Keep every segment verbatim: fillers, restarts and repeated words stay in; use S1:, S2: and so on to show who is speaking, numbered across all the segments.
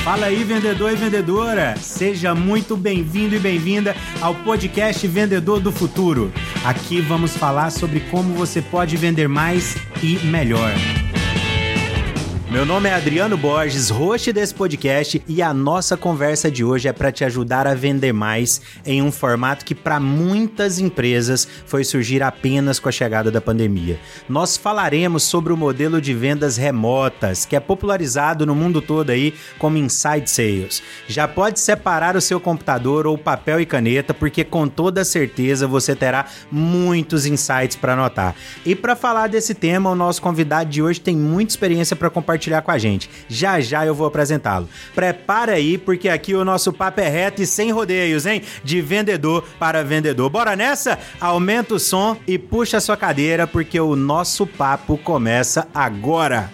S1: Fala aí, vendedor e vendedora! Seja muito bem-vindo e bem-vinda ao podcast Vendedor do Futuro. Aqui vamos falar sobre como você pode vender mais e melhor. Meu nome é Adriano Borges, host desse podcast, e a nossa conversa de hoje é para te ajudar a vender mais em um formato que para muitas empresas foi surgir apenas com a chegada da pandemia. Nós falaremos sobre o modelo de vendas remotas, que é popularizado no mundo todo aí como Inside Sales. Já pode separar o seu computador ou papel e caneta, porque com toda certeza você terá muitos insights para anotar. E para falar desse tema, o nosso convidado de hoje tem muita experiência para compartilhar com a gente. Já já eu vou apresentá-lo. Prepara aí, porque aqui o nosso papo é reto e sem rodeios, hein? De vendedor para vendedor. Bora nessa? Aumenta o som e puxa a sua cadeira, porque o nosso papo começa agora.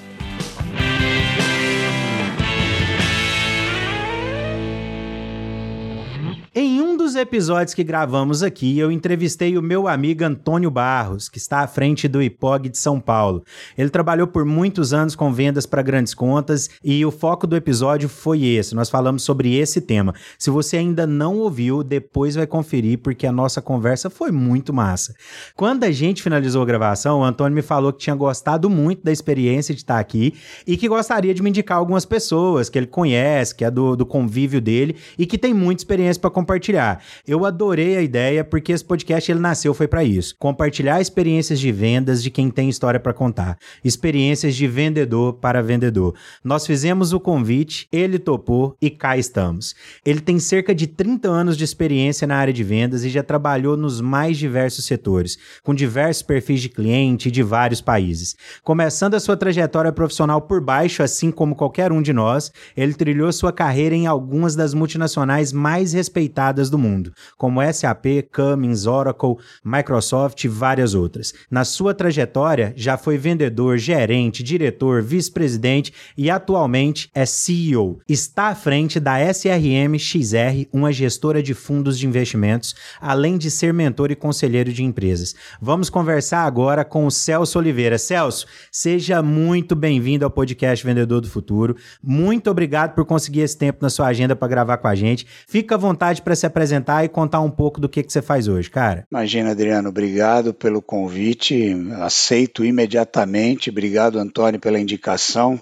S1: Em um dos episódios que gravamos aqui, eu entrevistei o meu amigo Antônio Barros, que está à frente do I P O G de São Paulo. Ele trabalhou por muitos anos com vendas para grandes contas e o foco do episódio foi esse. Nós falamos sobre esse tema. Se você ainda não ouviu, depois vai conferir, porque a nossa conversa foi muito massa. Quando a gente finalizou a gravação, o Antônio me falou que tinha gostado muito da experiência de estar aqui e que gostaria de me indicar algumas pessoas que ele conhece, que é do, do convívio dele e que tem muita experiência para compartilhar. Eu adorei a ideia porque esse podcast ele nasceu foi para isso. Compartilhar experiências de vendas de quem tem história para contar. Experiências de vendedor para vendedor. Nós fizemos o convite, ele topou e cá estamos. Ele tem cerca de trinta anos de experiência na área de vendas e já trabalhou nos mais diversos setores, com diversos perfis de cliente de vários países. Começando a sua trajetória profissional por baixo, assim como qualquer um de nós, ele trilhou sua carreira em algumas das multinacionais mais respeitadas do mundo, como S A P, Cummins, Oracle, Microsoft e várias outras. Na sua trajetória, já foi vendedor, gerente, diretor, vice-presidente e atualmente é C E O. Está à frente da S R M X R, uma gestora de fundos de investimentos, além de ser mentor e conselheiro de empresas. Vamos conversar agora com o Celso Oliveira. Celso, seja muito bem-vindo ao podcast Vendedor do Futuro. Muito obrigado por conseguir esse tempo na sua agenda para gravar com a gente. Fica à vontade para se apresentar e contar um pouco do que, que você faz hoje, cara.
S2: Imagina, Adriano, obrigado pelo convite, aceito imediatamente, obrigado, Antônio, pela indicação.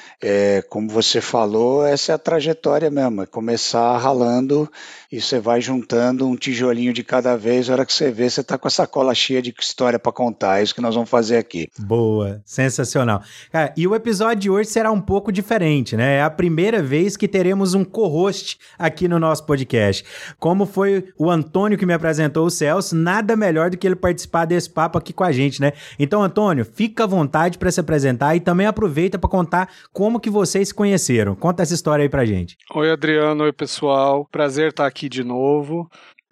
S2: É, como você falou, essa é a trajetória mesmo, é começar ralando e você vai juntando um tijolinho de cada vez, a hora que você vê, você tá com a sacola cheia de história para contar, é isso que nós vamos fazer aqui.
S1: Boa, sensacional. Cara, e o episódio de hoje será um pouco diferente, né? É a primeira vez que teremos um co-host aqui no nosso podcast. Como foi o Antônio que me apresentou o Celso, nada melhor do que ele participar desse papo aqui com a gente, né? Então, Antônio, fica à vontade para se apresentar e também aproveita para contar como Como que vocês se conheceram? Conta essa história aí pra gente.
S3: Oi, Adriano. Oi, pessoal. Prazer estar aqui de novo.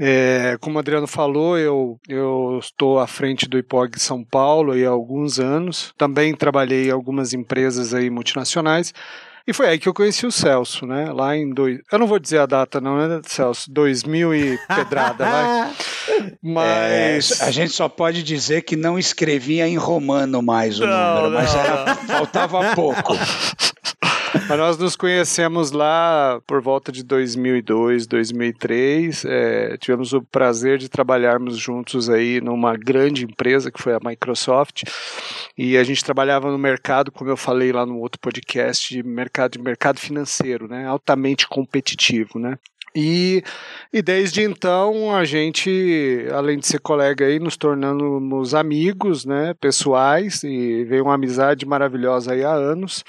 S3: É, como o Adriano falou, eu, eu estou à frente do I P O G de São Paulo aí há alguns anos. Também trabalhei em algumas empresas aí multinacionais. E foi aí que eu conheci o Celso, né? Lá em dois... Eu não vou dizer a data não, né, Celso? dois mil e pedrada, vai. Mas...
S2: É, a gente só pode dizer que não escrevia em romano mais o não, número, mas era, faltava pouco.
S3: Mas nós nos conhecemos lá por volta de dois mil e dois, dois mil e três, é, tivemos o prazer de trabalharmos juntos aí numa grande empresa que foi a Microsoft, e a gente trabalhava no mercado, como eu falei lá no outro podcast, de mercado, de mercado financeiro, né, altamente competitivo, né. E, e desde então a gente, além de ser colega aí, nos tornamos amigos, né, pessoais, e veio uma amizade maravilhosa aí há anos.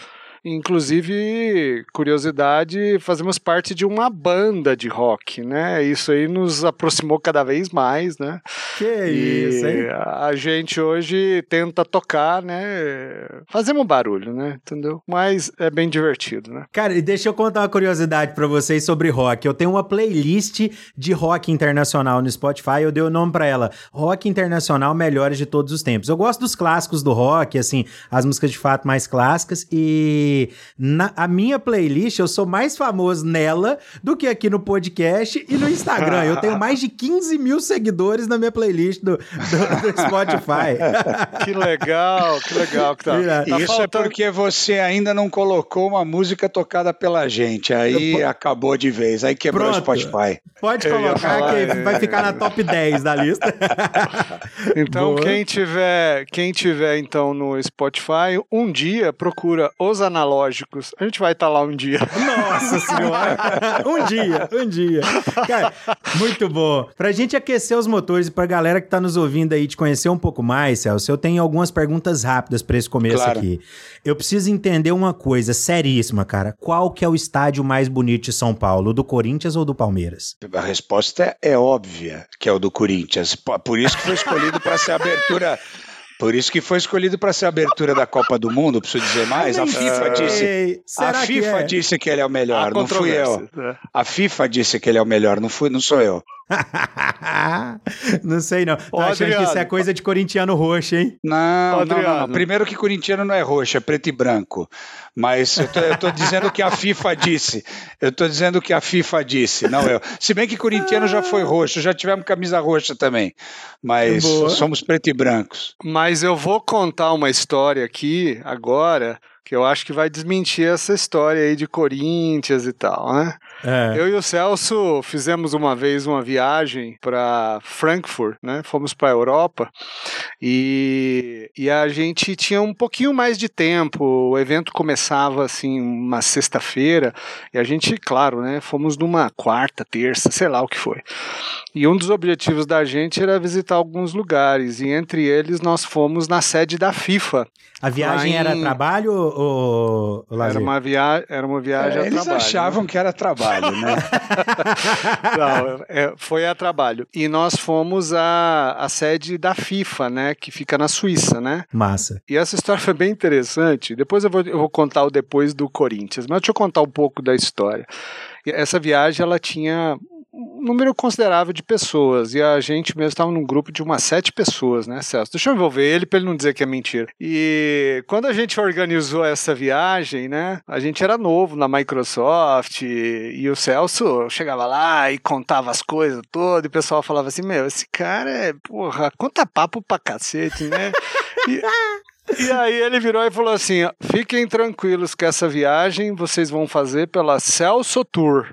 S3: Inclusive, curiosidade, fazemos parte de uma banda de rock, né? Isso aí nos aproximou cada vez mais, né?
S1: Que e isso, hein?
S3: A gente hoje tenta tocar, né? Fazemos barulho, né? Entendeu? Mas é bem divertido, né?
S1: Cara, e deixa eu contar uma curiosidade pra vocês sobre rock. Eu tenho uma playlist de rock internacional no Spotify, eu dei o nome pra ela, Rock Internacional Melhores de Todos os Tempos. Eu gosto dos clássicos do rock, assim, as músicas de fato mais clássicas, e que na, a minha playlist, eu sou mais famoso nela do que aqui no podcast e no Instagram. Eu tenho mais de quinze mil seguidores na minha playlist do, do, do Spotify.
S3: Que legal, que legal. Que tá.
S2: Tá Isso faltando... é porque você ainda não colocou uma música tocada pela gente. Aí eu... acabou de vez. Aí quebrou Pronto. o Spotify.
S1: Pode colocar falar, que é... vai ficar na top dez da lista.
S3: Então, quem tiver, quem tiver então no Spotify, um dia procura Os Analógicos. A gente vai estar tá lá um dia.
S1: Nossa senhora! um dia, um dia. Cara, muito bom. Pra gente aquecer os motores e pra galera que tá nos ouvindo aí te conhecer um pouco mais, Celso, eu tenho algumas perguntas rápidas pra esse começo claro. aqui. Eu preciso entender uma coisa seríssima, cara. Qual que é o estádio mais bonito de São Paulo? O do Corinthians ou do Palmeiras?
S2: A resposta é, é óbvia, que é o do Corinthians. Por isso que foi escolhido para ser a abertura... Por isso que foi escolhido para ser a abertura da Copa do Mundo, preciso dizer mais. A FIFA disse, a FIFA disse que ele é o melhor, não fui eu. A FIFA disse que ele é o melhor, não fui, não sou eu.
S1: Não sei não. Tô achando Adriano. que isso é coisa de corintiano roxo, hein?
S2: Não, não, não, não. Primeiro que corintiano não é roxo, é preto e branco. Mas eu tô, eu tô dizendo que a FIFA disse. Eu tô dizendo que a FIFA disse, não eu. Se bem que corintiano já foi roxo, já tivemos camisa roxa também. Mas Boa. somos preto e brancos.
S3: Mas eu vou contar uma história aqui agora, que eu acho que vai desmentir essa história aí de Corinthians e tal, né? É. Eu e o Celso fizemos uma vez uma viagem para Frankfurt, né? Fomos para a Europa e, e a gente tinha um pouquinho mais de tempo. O evento começava assim uma sexta-feira e a gente, claro, né? Fomos numa quarta, terça, sei lá o que foi. E um dos objetivos da gente era visitar alguns lugares e entre eles nós fomos na sede da FIFA.
S1: A viagem em... era trabalho ou, ou lazer?
S3: Era uma, via... era uma viagem é, a
S2: eles
S3: trabalho.
S2: Eles achavam né? que era trabalho, né?
S3: Não, é, foi a trabalho. E nós fomos à, à sede da FIFA, né? Que fica na Suíça, né?
S1: Massa.
S3: E essa história foi bem interessante. Depois eu vou, eu vou contar o depois do Corinthians, mas deixa eu contar um pouco da história. Essa viagem, ela tinha um número considerável de pessoas, e a gente mesmo estava num grupo de umas sete pessoas, né, Celso? Deixa eu envolver ele para ele não dizer que é mentira. E quando a gente organizou essa viagem, né, a gente era novo na Microsoft, e, e o Celso chegava lá e contava as coisas todas, e o pessoal falava assim, meu, esse cara é, porra, conta papo pra cacete, né? E... E aí ele virou e falou assim, fiquem tranquilos que essa viagem vocês vão fazer pela Celso Tour.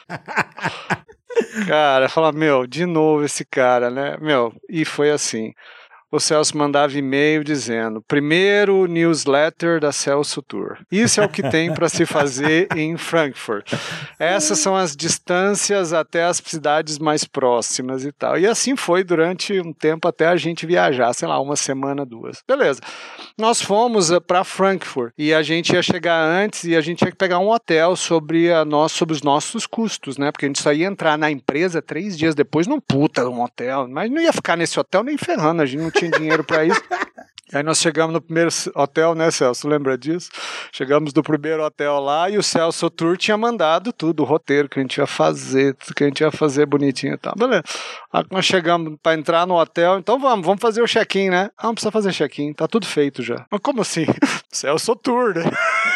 S3: Cara, fala, meu, de novo esse cara, né? Meu, e foi assim. O Celso mandava e-mail dizendo, primeiro newsletter da Celso Tour. Isso é o que tem para se fazer em Frankfurt. Essas são as distâncias até as cidades mais próximas e tal. E assim foi durante um tempo até a gente viajar, sei lá, uma semana, duas. Beleza. Nós fomos para Frankfurt e a gente ia chegar antes e a gente tinha que pegar um hotel sobre, a nós, sobre os nossos custos, né? Porque a gente só ia entrar na empresa três dias depois num puta um hotel, mas não ia ficar nesse hotel nem ferrando, a gente não tinha dinheiro para isso. Aí nós chegamos no primeiro hotel, né, Celso? Lembra disso? Chegamos no primeiro hotel lá e o Celso Tour tinha mandado tudo, o roteiro que a gente ia fazer, tudo que a gente ia fazer bonitinho e tal. Beleza. Aí nós chegamos para entrar no hotel, então vamos, vamos fazer o check-in, né? Ah, não precisa fazer check-in, tá tudo feito já. Mas como assim? Celso Tour, né?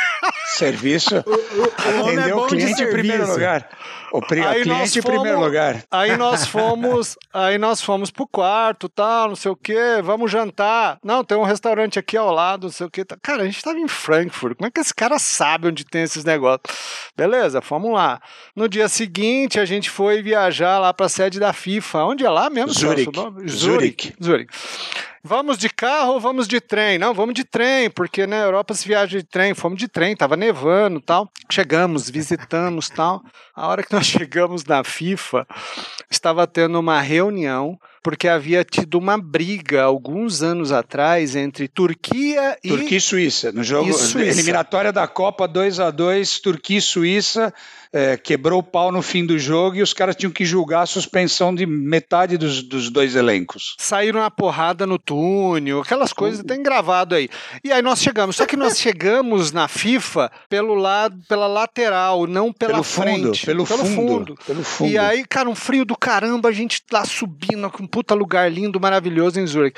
S2: Serviço. O, o, o atender o cliente em primeiro lugar. O pri- aí cliente em fomos, primeiro lugar.
S3: Aí nós fomos, aí nós fomos pro quarto, tal, não sei o quê, vamos jantar. Não, tem um restaurante aqui ao lado, não sei o quê. Cara, a gente tava em Frankfurt. Como é que esse cara sabe onde tem esses negócios? Beleza, fomos lá. No dia seguinte, a gente foi viajar lá pra sede da FIFA. Onde é lá mesmo?
S2: Zurique.
S3: Zurique. Zurique. Vamos de carro ou vamos de trem? Não, vamos de trem, porque na Europa se viaja de trem. Fomos de trem, tava nevando e tal. Chegamos, visitamos e tal. A hora que nós chegamos na FIFA, estava tendo uma reunião, porque havia tido uma briga alguns anos atrás entre Turquia e...
S2: Turquia e Suíça. No jogo eliminatória da Copa dois a dois, Turquia e Suíça. É, quebrou o pau no fim do jogo e os caras tinham que julgar a suspensão de metade dos, dos dois elencos.
S3: Saíram na porrada no túnel, aquelas coisas, tem gravado aí. E aí nós chegamos, só que nós chegamos na FIFA pelo lado, pela lateral, não pela
S2: pelo
S3: frente.
S2: Fundo, pelo, pelo fundo, fundo. Pelo fundo.
S3: E aí, cara, um frio do caramba, a gente lá subindo, com um puta lugar lindo, maravilhoso em Zurique.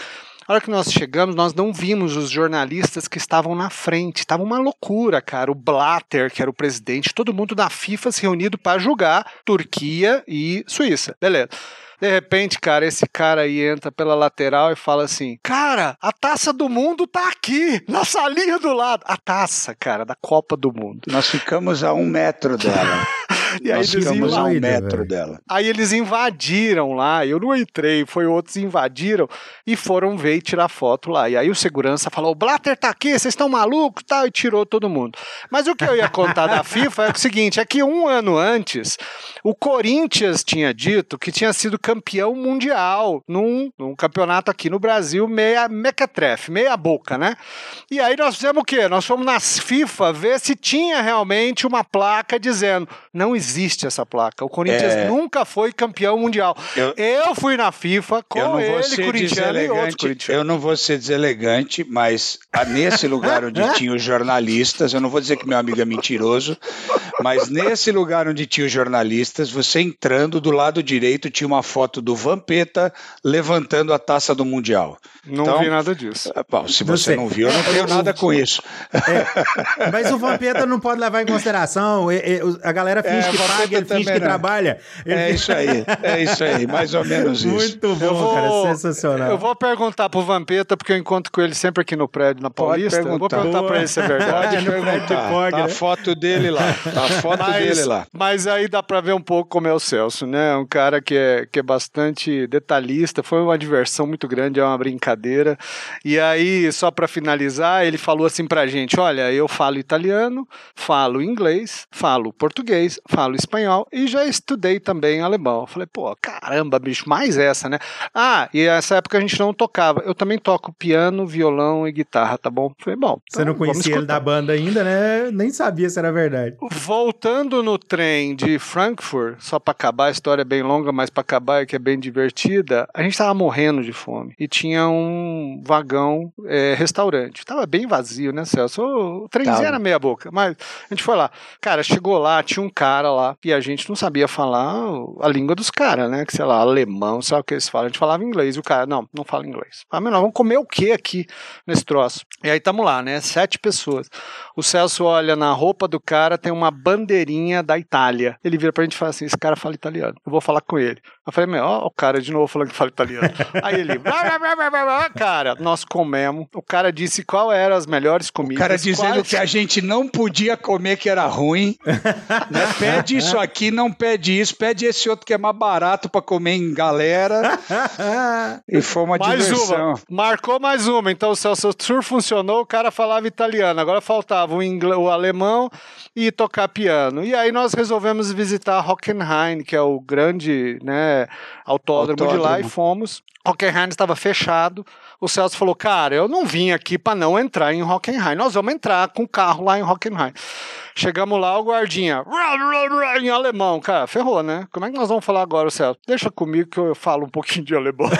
S3: A hora que nós chegamos, nós não vimos os jornalistas que estavam na frente. Tava uma loucura, cara. O Blatter, que era o presidente, todo mundo da FIFA se reunido para julgar Turquia e Suíça. Beleza. De repente, cara, esse cara aí entra pela lateral e fala assim, cara, a taça do mundo tá aqui, na salinha do lado. A taça, cara, da Copa do Mundo.
S2: Nós ficamos a um metro dela.
S3: E aí
S2: Nós
S3: eles
S2: ficamos a um
S1: invadiram,
S2: metro
S1: velho.
S2: dela.
S3: Aí eles invadiram lá, eu não entrei, foi outros invadiram e foram ver e tirar foto lá. E aí o segurança falou, o Blatter tá aqui, vocês estão malucos? Tal, e tirou todo mundo. Mas o que eu ia contar da FIFA é o seguinte, é que um ano antes, o Corinthians tinha dito que tinha sido campeão mundial num, num campeonato aqui no Brasil, meia mequetrefe, meia boca, né? E aí nós fizemos o quê? Nós fomos na FIFA ver se tinha realmente uma placa dizendo, não existe essa placa. O Corinthians
S2: É...
S3: nunca foi campeão mundial.
S2: Eu,
S3: eu fui na FIFA com ele, corintiano e outros corintianos.
S2: Eu não vou ser deselegante, mas nesse lugar onde tinha os jornalistas, eu não vou dizer que meu amigo é mentiroso, mas nesse lugar onde tinha os jornalistas, você entrando do lado direito tinha uma foto do Vampeta levantando a taça do Mundial.
S3: Não
S2: então,
S3: vi nada disso.
S2: Bom, se você não, não viu, eu não tenho nada com isso.
S1: É, mas o Vampeta não pode levar em consideração. A galera finge é, que paga, ele finge que não. trabalha. Ele...
S2: É isso aí, é isso aí, mais ou menos isso.
S1: Muito bom,
S3: vou,
S1: cara, sensacional.
S3: Eu vou perguntar pro Vampeta, porque eu encontro com ele sempre aqui no prédio, na Paulista. Eu vou perguntar pra ele se é verdade.
S2: Pode perguntar, Pog, tá né? a foto dele lá, tá a foto
S3: mas,
S2: dele lá.
S3: Mas aí dá pra ver um pouco como é o Celso, né? Um cara que é, que é bastante detalhista, foi uma diversão muito grande, é uma brincadeira. E aí, só pra finalizar, ele falou assim pra gente, olha, eu falo italiano, falo inglês, falo português, falo espanhol e já estudei também alemão. Eu falei, pô, caramba, bicho, mais essa, né? Ah, e nessa época a gente não tocava. Eu também toco piano, violão e guitarra, tá bom? Eu falei, bom,
S1: você
S3: então,
S1: não conhecia ele da banda ainda, né? Nem sabia se era verdade.
S3: Voltando no trem de Frankfurt, só pra acabar, a história é bem longa, mas pra acabar é que é bem divertida, a gente tava morrendo de fome e tinha um vagão é, restaurante. Tava bem vazio, né, Celso? O trenzinho tá. Era meia boca, mas a gente foi lá. Cara, chegou lá, tinha um cara lá e a gente não sabia falar a língua dos caras, né? Que sei lá, alemão, sabe o que eles falam? A gente falava inglês e o cara, não, não fala inglês. Ah, mas nós vamos comer o que aqui nesse troço? E aí tamo lá, né? Sete pessoas. O Celso olha na roupa do cara, tem uma bandeirinha da Itália. Ele vira pra gente e fala assim, esse cara fala italiano, eu vou falar com ele. Eu falei, meu, ó, o cara de novo falando que fala italiano. Aí ele, cara, nós comemos. O cara disse qual eram as melhores comidas.
S2: O cara dizendo
S3: quais...
S2: que a gente não podia comer, que era ruim. Né? Pede isso aqui, não pede isso, pede esse outro que é mais barato pra comer em galera. E foi uma
S3: mais
S2: diversão.
S3: Uma. Marcou mais uma. Então o Celso Tour funcionou, o cara falava italiano. Agora faltava o, inglês, o alemão e tocar piano. E aí nós resolvemos visitar Hockenheim, que é o grande, né, autódromo, autódromo de lá, e fomos. Hockenheim estava fechado. O Celso falou, cara, eu não vim aqui para não entrar em Hockenheim. Nós vamos entrar com o carro lá em Hockenheim. Chegamos lá, o guardinha, em alemão. Cara, ferrou, né? Como é que nós vamos falar agora, Celso? Deixa comigo que eu falo um pouquinho de alemão.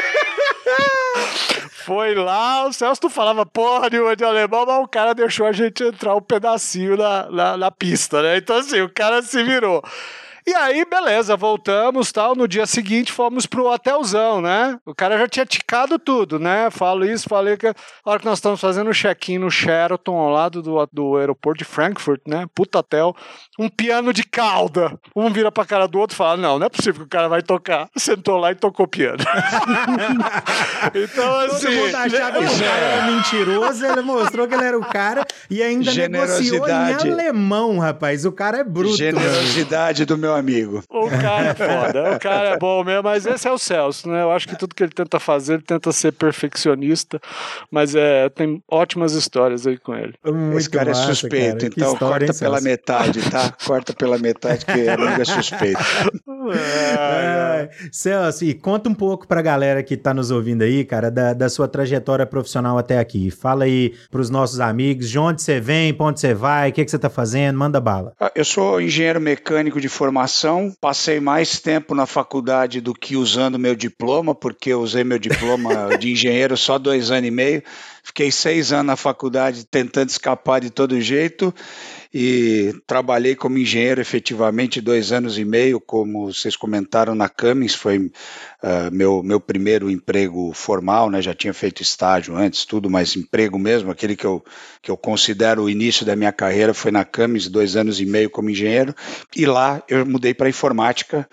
S3: Foi lá, o Celso não falava porra nenhuma de alemão, mas o cara deixou a gente entrar um pedacinho na, na, na pista, né? Então assim, o cara se virou. E aí, beleza, voltamos, tal, no dia seguinte fomos pro hotelzão, né? O cara já tinha ticado tudo, né? Falo isso, falei que a hora que nós estamos fazendo o check-in no Sheraton, ao lado do, do aeroporto de Frankfurt, né? Puta hotel, um piano de cauda. Um vira pra cara do outro e fala, não, não é possível que o cara vai tocar. Sentou lá e tocou piano. Então, assim...
S1: Todo mundo achava que o cara era mentiroso, ele mostrou que ele era o cara e ainda negociou em alemão, rapaz. O cara é bruto.
S2: Generosidade do meu amigo.
S3: O cara é foda, o cara é bom mesmo, mas esse é o Celso, né? Eu acho que tudo que ele tenta fazer, ele tenta ser perfeccionista, mas é, tem ótimas histórias aí com ele.
S2: Muito esse cara massa, é suspeito, cara. Então história, corta hein, pela Celso? Metade, tá? Corta pela metade, que o amigo é suspeito.
S1: É, é. Celso, e conta um pouco pra galera que tá nos ouvindo aí, cara, da, da sua trajetória profissional até aqui. Fala aí pros nossos amigos, de onde você vem, pra onde você vai, o que, que você tá fazendo, manda bala.
S2: Eu sou engenheiro mecânico de formação. Passei mais tempo na faculdade do que usando meu diploma, porque eu usei meu diploma de engenheiro só dois anos e meio. fiquei seis anos na faculdade tentando escapar de todo jeito e trabalhei como engenheiro efetivamente dois anos e meio, como vocês comentaram, na Cummins, foi uh, meu, meu primeiro emprego formal, né? Já tinha feito estágio antes, tudo, mas emprego mesmo, aquele que eu, que eu considero o início da minha carreira foi na Cummins, dois anos e meio como engenheiro, e lá eu mudei para informática.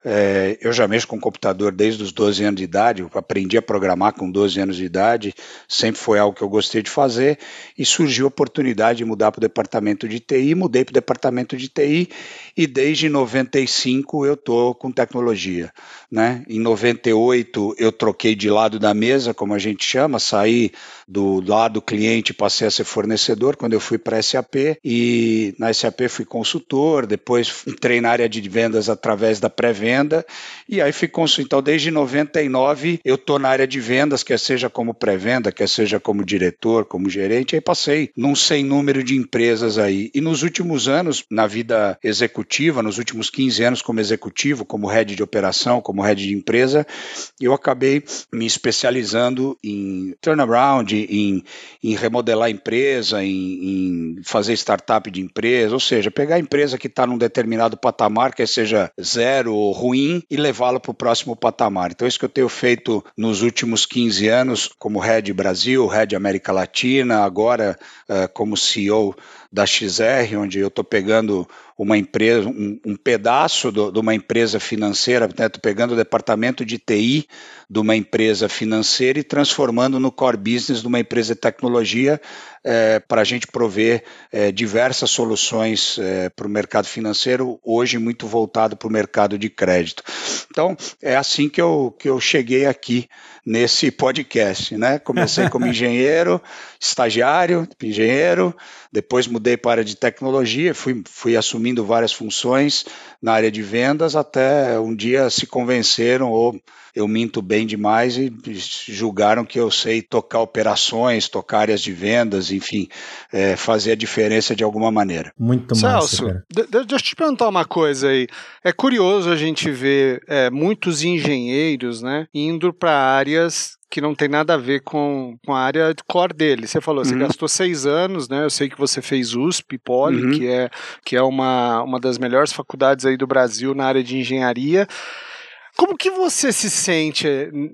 S2: É, eu já mexo com computador desde os doze anos de idade, eu aprendi a programar com doze anos de idade, sempre foi algo que eu gostei de fazer, e surgiu a oportunidade de mudar para o departamento de T I, mudei para o departamento de T I, e desde noventa e cinco eu estou com tecnologia, né? Em noventa e oito eu troquei de lado da mesa, como a gente chama, saí do lado cliente e passei a ser fornecedor quando eu fui para a S A P, e na S A P fui consultor, depois entrei na área de vendas através da pré-venda, e aí fui consultor. Então desde noventa e nove eu estou na área de vendas, quer seja como pré-venda, quer seja como diretor, como gerente, aí passei num sem número de empresas aí, e nos últimos anos, na vida executiva, nos últimos quinze anos como executivo, como head de operação, como head de empresa, eu acabei me especializando em turnaround, em, em remodelar a empresa, em, em fazer startup de empresa, ou seja, pegar a empresa que está num determinado patamar, quer seja zero ou ruim, e levá-la para o próximo patamar. Então, isso que eu tenho feito nos últimos quinze anos, como Head Brasil, Head América Latina, agora uh, como C E O da X R, onde eu estou pegando uma empresa, um, um pedaço do, de uma empresa financeira, né? Estou pegando o departamento de T I de uma empresa financeira e transformando no core business de uma empresa de tecnologia, é, para a gente prover é, diversas soluções é, para o mercado financeiro, hoje muito voltado para o mercado de crédito. Então, é assim que eu, que eu cheguei aqui nesse podcast, né? Comecei como engenheiro, estagiário, engenheiro, depois mudei para a área de tecnologia, fui, fui assumindo várias funções na área de vendas, até um dia se convenceram, ou eu minto bem demais, e julgaram que eu sei tocar operações, tocar áreas de vendas, enfim, é, fazer a diferença de alguma maneira.
S1: Muito
S3: Celso,
S1: massa, cara.
S3: De, deixa eu te perguntar uma coisa aí. É curioso a gente ver é, muitos engenheiros, né, indo para áreas que não tem nada a ver com, com a área de core dele. Você falou, uhum. Você gastou seis anos, né? Eu sei que você fez U S P, Poli, uhum. que é, que é uma, uma das melhores faculdades aí do Brasil na área de engenharia. Como que você se sente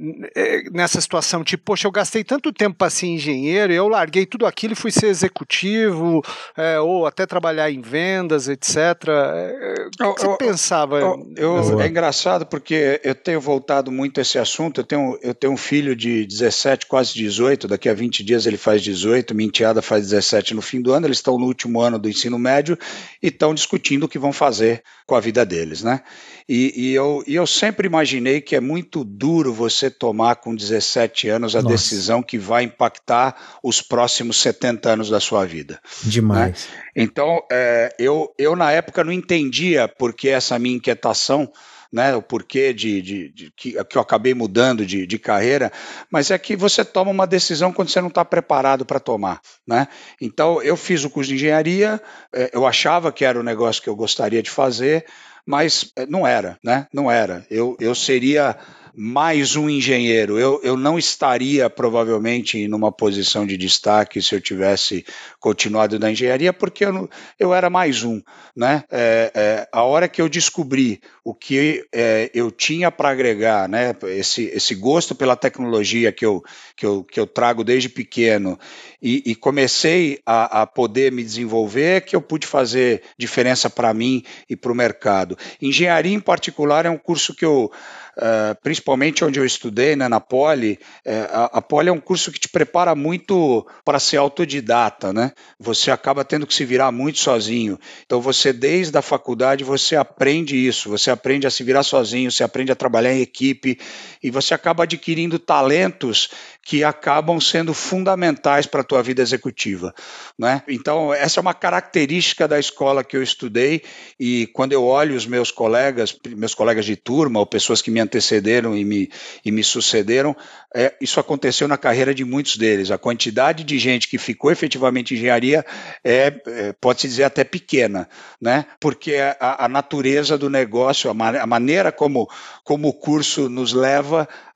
S3: nessa situação? Tipo, poxa, eu gastei tanto tempo para ser engenheiro, eu larguei tudo aquilo e fui ser executivo, é, ou até trabalhar em vendas, etcétera. O que, eu, que você eu, pensava?
S2: Eu, eu, é engraçado porque eu tenho voltado muito a esse assunto. Eu tenho, eu tenho um filho de dezessete, quase dezoito, daqui a vinte dias ele faz dezoito, minha enteada faz dezessete no fim do ano, eles estão no último ano do ensino médio e estão discutindo o que vão fazer com a vida deles, né? E, e, eu, e eu sempre imaginei que é muito duro você tomar com dezessete anos a Nossa. decisão que vai impactar os próximos setenta anos da sua vida.
S1: Demais.
S2: Né? Então, é, eu, eu na época não entendia por que essa minha inquietação, né, o porquê de, de, de que, que eu acabei mudando de, de carreira, mas é que você toma uma decisão quando você não está preparado para tomar, né? Então, eu fiz o curso de engenharia, eu achava que era o negócio que eu gostaria de fazer, mas não era, né? Não era. Eu, eu seria mais um engenheiro. Eu, eu não estaria provavelmente numa posição de destaque se eu tivesse continuado na engenharia, porque eu, não, eu era mais um, né? É, é, a hora que eu descobri o que é, eu tinha para agregar, né? Esse, esse gosto pela tecnologia que eu, que eu, que eu trago desde pequeno e, e comecei a, a poder me desenvolver, que eu pude fazer diferença para mim e para o mercado. Engenharia, em particular, é um curso que eu, uh, principalmente onde eu estudei, né, na Poli, uh, a, a Poli é um curso que te prepara muito para ser autodidata, né? Você acaba tendo que se virar muito sozinho. Então, você, desde a faculdade, você aprende isso, você aprende a se virar sozinho, você aprende a trabalhar em equipe e você acaba adquirindo talentos que acabam sendo fundamentais para a tua vida executiva, né? Então, essa é uma característica da escola que eu estudei e quando eu olho os meus colegas, meus colegas de turma ou pessoas que me antecederam e me, e me sucederam, é, isso aconteceu na carreira de muitos deles. A quantidade de gente que ficou efetivamente em engenharia é, é pode-se dizer até pequena, né? Porque a, a natureza do negócio, a, ma- a maneira como, como o curso nos leva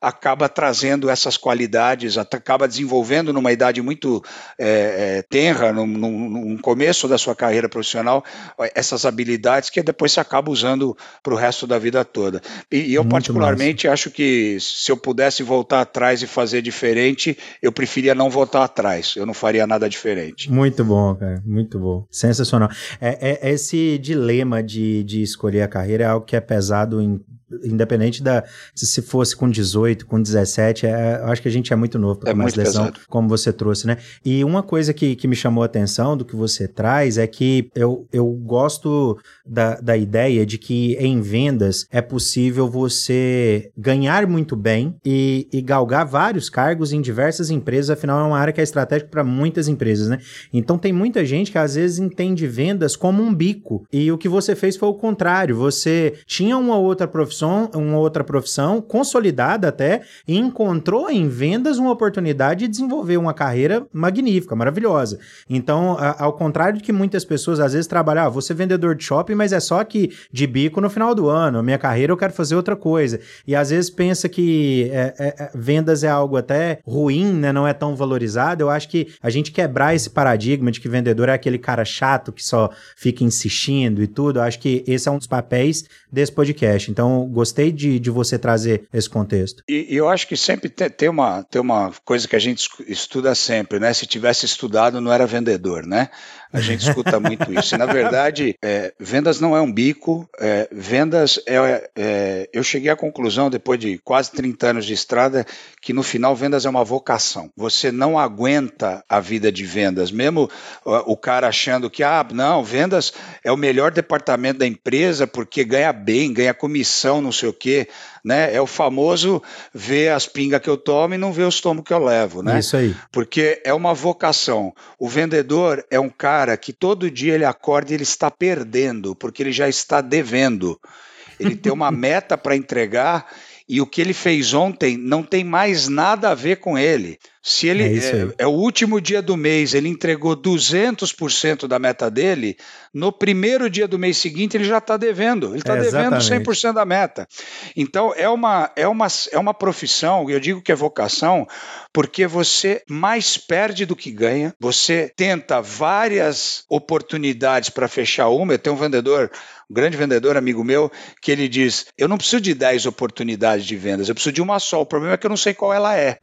S2: acaba trazendo essas qualidades, acaba desenvolvendo numa idade muito é, é, tenra, no, no, no começo da sua carreira profissional, essas habilidades que depois você acaba usando para o resto da vida toda. E, e eu muito particularmente massa. Acho que se eu pudesse voltar atrás e fazer diferente, eu preferia não voltar atrás, eu não faria nada diferente.
S1: Muito bom, cara, muito bom, sensacional. É, é, esse dilema de, de escolher a carreira é algo que é pesado em independente da se fosse com dezoito, com dezessete, é, eu acho que a gente é muito novo para tomar essa decisão, como você trouxe, né? E uma coisa que, que me chamou a atenção do que você traz é que eu, eu gosto da, da ideia de que em vendas é possível você ganhar muito bem e, e galgar vários cargos em diversas empresas, afinal é uma área que é estratégica para muitas empresas, né? Então tem muita gente que às vezes entende vendas como um bico, e o que você fez foi o contrário, você tinha uma outra profissão uma outra profissão, consolidada até, e encontrou em vendas uma oportunidade de desenvolver uma carreira magnífica, maravilhosa. Então, a, ao contrário de que muitas pessoas às vezes trabalham, ah, vou ser vendedor de shopping, mas é só que de bico no final do ano, a minha carreira eu quero fazer outra coisa. E às vezes pensa que é, é, vendas é algo até ruim, né? Não é tão valorizado. Eu acho que a gente quebrar esse paradigma de que vendedor é aquele cara chato que só fica insistindo e tudo, eu acho que esse é um dos papéis desse podcast. Então, gostei de, de você trazer esse contexto.
S2: E, e eu acho que sempre tem, tem, uma, tem uma coisa que a gente estuda sempre, né? Se tivesse estudado, não era vendedor, né? A gente escuta muito isso. E, na verdade, é, vendas não é um bico, é, vendas é, é... Eu cheguei à conclusão, depois de quase trinta anos de estrada, que no final vendas é uma vocação. Você não aguenta a vida de vendas, mesmo o, o cara achando que, ah, não, vendas é o melhor departamento da empresa porque ganha bem, ganha comissão, não sei o quê, né? É o famoso ver as pingas que eu tomo e não ver os tomos que eu levo, né?
S1: Isso aí.
S2: Porque é uma vocação. O vendedor é um cara que todo dia ele acorda e ele está perdendo, porque ele já está devendo. Ele tem uma meta para entregar e o que ele fez ontem não tem mais nada a ver com ele. Se ele é, é, é o último dia do mês, ele entregou duzentos por cento da meta dele, no primeiro dia do mês seguinte ele já está devendo, ele está é, devendo cem por cento da meta. Então é uma, é, uma, é uma profissão, eu digo que é vocação, porque você mais perde do que ganha, você tenta várias oportunidades para fechar uma. Eu tenho um vendedor, um grande vendedor, amigo meu, que ele diz, eu não preciso de dez oportunidades de vendas, eu preciso de uma só, o problema é que eu não sei qual ela é.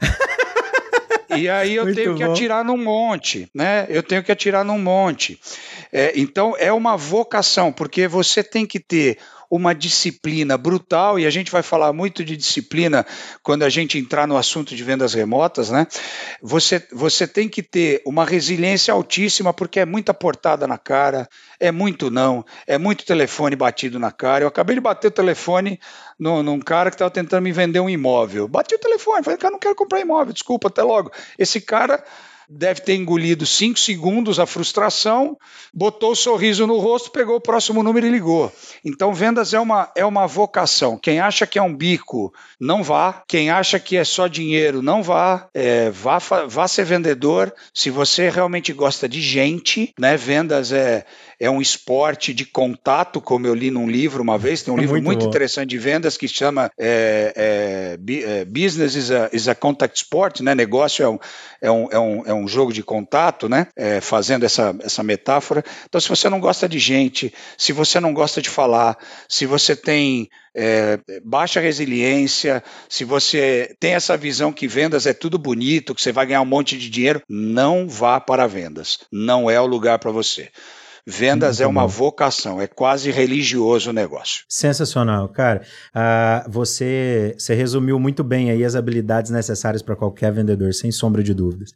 S2: E aí eu Muito tenho que bom. atirar num monte, né? Eu tenho que atirar num monte. É, então é uma vocação, porque você tem que ter uma disciplina brutal, e a gente vai falar muito de disciplina quando a gente entrar no assunto de vendas remotas, né? Você, você tem que ter uma resiliência altíssima, porque é muita portada na cara, é muito não, é muito telefone batido na cara. Eu acabei de bater o telefone no, num cara que estava tentando me vender um imóvel. Bati o telefone, falei, cara, não quero comprar imóvel, desculpa, até logo. Esse cara deve ter engolido cinco segundos a frustração, botou o sorriso no rosto, pegou o próximo número e ligou. Então, vendas é uma, é uma vocação. Quem acha que é um bico, não vá. Quem acha que é só dinheiro, não vá. É, vá, vá ser vendedor. Se você realmente gosta de gente, né? Vendas é, é um esporte de contato, como eu li num livro uma vez. Tem um livro muito, muito interessante de vendas que chama é, é, Business is a, is a Contact Sport, né? Negócio é um, é um, é um, é um jogo de contato, né? É, fazendo essa, essa metáfora. Então, se você não gosta de gente, se você não gosta de falar, se você tem é, baixa resiliência, se você tem essa visão que vendas é tudo bonito, que você vai ganhar um monte de dinheiro, não vá para vendas. Não é o lugar para você. Vendas Muito é uma bom. vocação, é quase religioso o negócio.
S1: Sensacional, cara. Uh, você, você resumiu muito bem aí as habilidades necessárias para qualquer vendedor, sem sombra de dúvidas.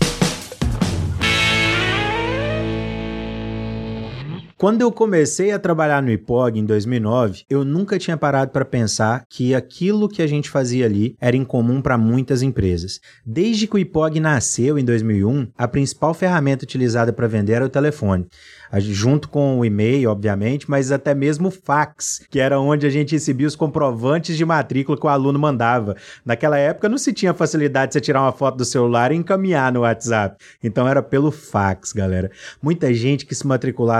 S1: Quando eu comecei a trabalhar no I P O G em dois mil e nove, eu nunca tinha parado para pensar que aquilo que a gente fazia ali era incomum para muitas empresas. Desde que o I P O G nasceu em dois mil e um, a principal ferramenta utilizada para vender era o telefone. Junto com o e-mail, obviamente, mas até mesmo o fax, que era onde a gente recebia os comprovantes de matrícula que o aluno mandava. Naquela época não se tinha facilidade de você tirar uma foto do celular e encaminhar no WhatsApp. Então era pelo fax, galera. Muita gente que se matriculava com a gente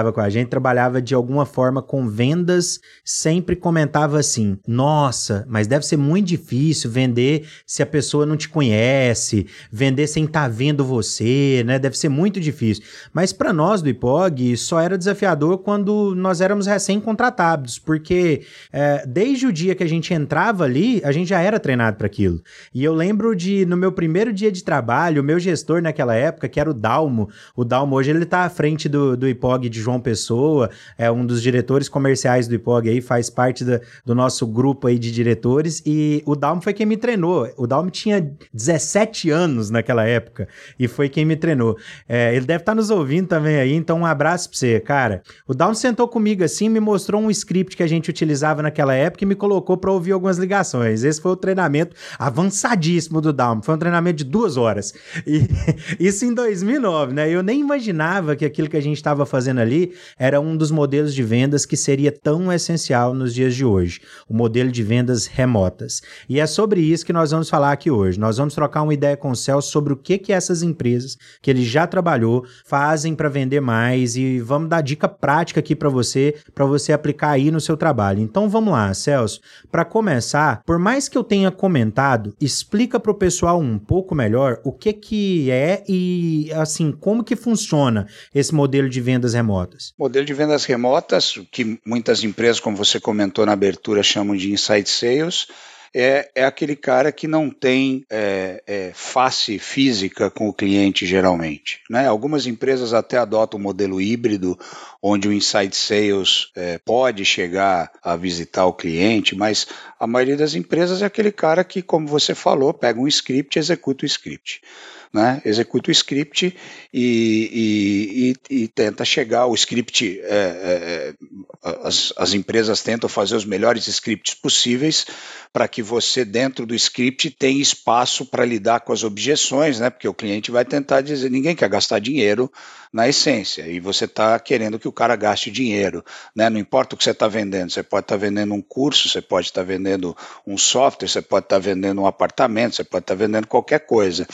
S1: gente trabalhava de alguma forma com vendas, sempre comentava assim, nossa, mas deve ser muito difícil vender se a pessoa não te conhece, vender sem estar vendo você, né? Deve ser muito difícil. Mas para nós do I P O G, só era desafiador quando nós éramos recém-contratados, porque é, desde o dia que a gente entrava ali, a gente já era treinado para aquilo. E eu lembro de, no meu primeiro dia de trabalho, o meu gestor naquela época, que era o Dalmo, o Dalmo hoje ele tá à frente do, do I P O G de João Pessoa, é um dos diretores comerciais do I P O G aí, faz parte da, do nosso grupo aí de diretores, e o Dalmo foi quem me treinou. O Dalmo tinha dezessete anos naquela época, e foi quem me treinou. É, ele deve estar nos ouvindo também aí, então um abraço pra você, cara. O Dalmo sentou comigo assim, me mostrou um script que a gente utilizava naquela época e me colocou para ouvir algumas ligações. Esse foi o treinamento avançadíssimo do Dalmo, foi um treinamento de duas horas. E isso em dois mil e nove, né? Eu nem imaginava que aquilo que a gente estava fazendo ali era um dos modelos de vendas que seria tão essencial nos dias de hoje, o modelo de vendas remotas. E é sobre isso que nós vamos falar aqui hoje. Nós vamos trocar uma ideia com o Celso sobre o que que essas empresas que ele já trabalhou fazem para vender mais e vamos dar dica prática aqui para você, para você aplicar aí no seu trabalho. Então vamos lá, Celso. Para começar, por mais que eu tenha comentado, explica para o pessoal um pouco melhor o que que é e, assim, como que funciona esse modelo de vendas remotas.
S2: Modelo de vendas remotas, que muitas empresas, como você comentou na abertura, chamam de inside sales, É, é aquele cara que não tem é, é, face física com o cliente geralmente, né? Algumas empresas até adotam o modelo híbrido, onde o inside sales é, pode chegar a visitar o cliente, mas a maioria das empresas é aquele cara que, como você falou, pega um script e executa o script. Né? Executa o script e, e, e, e tenta chegar, o script, é, é, as, as empresas tentam fazer os melhores scripts possíveis para que você dentro do script tenha espaço para lidar com as objeções, né? Porque o cliente vai tentar dizer, ninguém quer gastar dinheiro na essência, e você está querendo que o cara gaste dinheiro, né? Não importa o que você está vendendo, você pode estar tá vendendo um curso, você pode estar tá vendendo um software, você pode estar tá vendendo um apartamento, você pode estar tá vendendo qualquer coisa.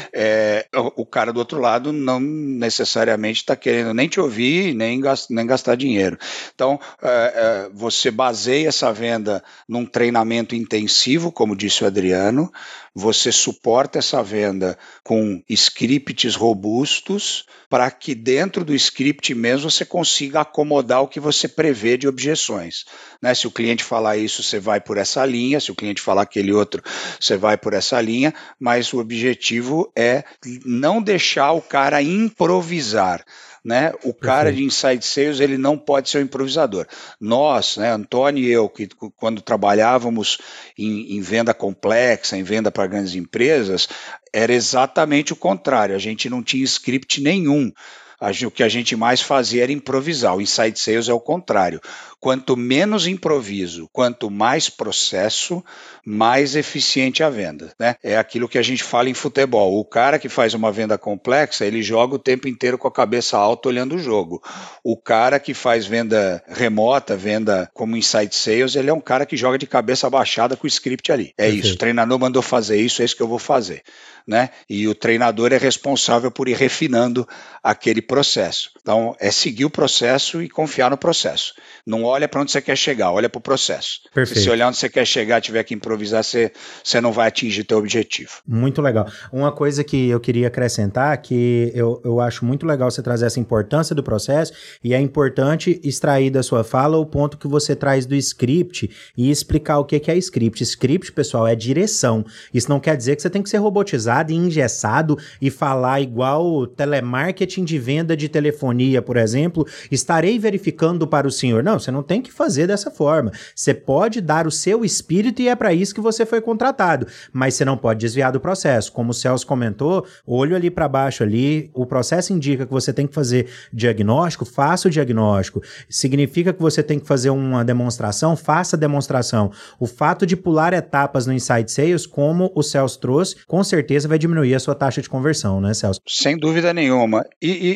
S2: É, o cara do outro lado não necessariamente está querendo nem te ouvir, nem gastar, nem gastar dinheiro. Então, é, é, você baseia essa venda num treinamento intensivo, como disse o Adriano, você suporta essa venda com scripts robustos para que dentro do script mesmo você consiga acomodar o que você prevê de objeções. Né? Se o cliente falar isso, você vai por essa linha, se o cliente falar aquele outro, você vai por essa linha, mas o objetivo é não deixar o cara improvisar. Né? O cara Perfeito. De inside sales, ele não pode ser um improvisador. Nós, né, Antônio e eu, que quando trabalhávamos em, em venda complexa, em venda para grandes empresas, era exatamente o contrário, a gente não tinha script nenhum. O que a gente mais fazia era improvisar. O inside sales é o contrário. Quanto menos improviso, quanto mais processo, mais eficiente a venda. Né? É aquilo que a gente fala em futebol. O cara que faz uma venda complexa, ele joga o tempo inteiro com a cabeça alta olhando o jogo. O cara que faz venda remota, venda como inside sales, ele é um cara que joga de cabeça baixada com o script ali. É Perfeito. Isso, o treinador mandou fazer isso, é isso que eu vou fazer. Né? E o treinador é responsável por ir refinando aquele processo. Então, é seguir o processo e confiar no processo. Não olha para onde você quer chegar, olha para o processo. Se olhar onde você quer chegar e tiver que improvisar, você, você não vai atingir teu objetivo.
S1: Muito legal. Uma coisa que eu queria acrescentar, que eu, eu acho muito legal você trazer essa importância do processo, e é importante extrair da sua fala o ponto que você traz do script e explicar o que, que é script. Script, pessoal, é direção. Isso não quer dizer que você tem que ser robotizado e engessado e falar igual telemarketing de venda de telefonia, por exemplo, estarei verificando para o senhor. Não, você não tem que fazer dessa forma. Você pode dar o seu espírito e é para isso que você foi contratado, mas você não pode desviar do processo. Como o Celso comentou, olho ali para baixo ali, o processo indica que você tem que fazer diagnóstico, faça o diagnóstico. Significa que você tem que fazer uma demonstração, faça a demonstração. O fato de pular etapas no Inside Sales, como o Celso trouxe, com certeza vai diminuir a sua taxa de conversão, né, Celso?
S2: Sem dúvida nenhuma. E,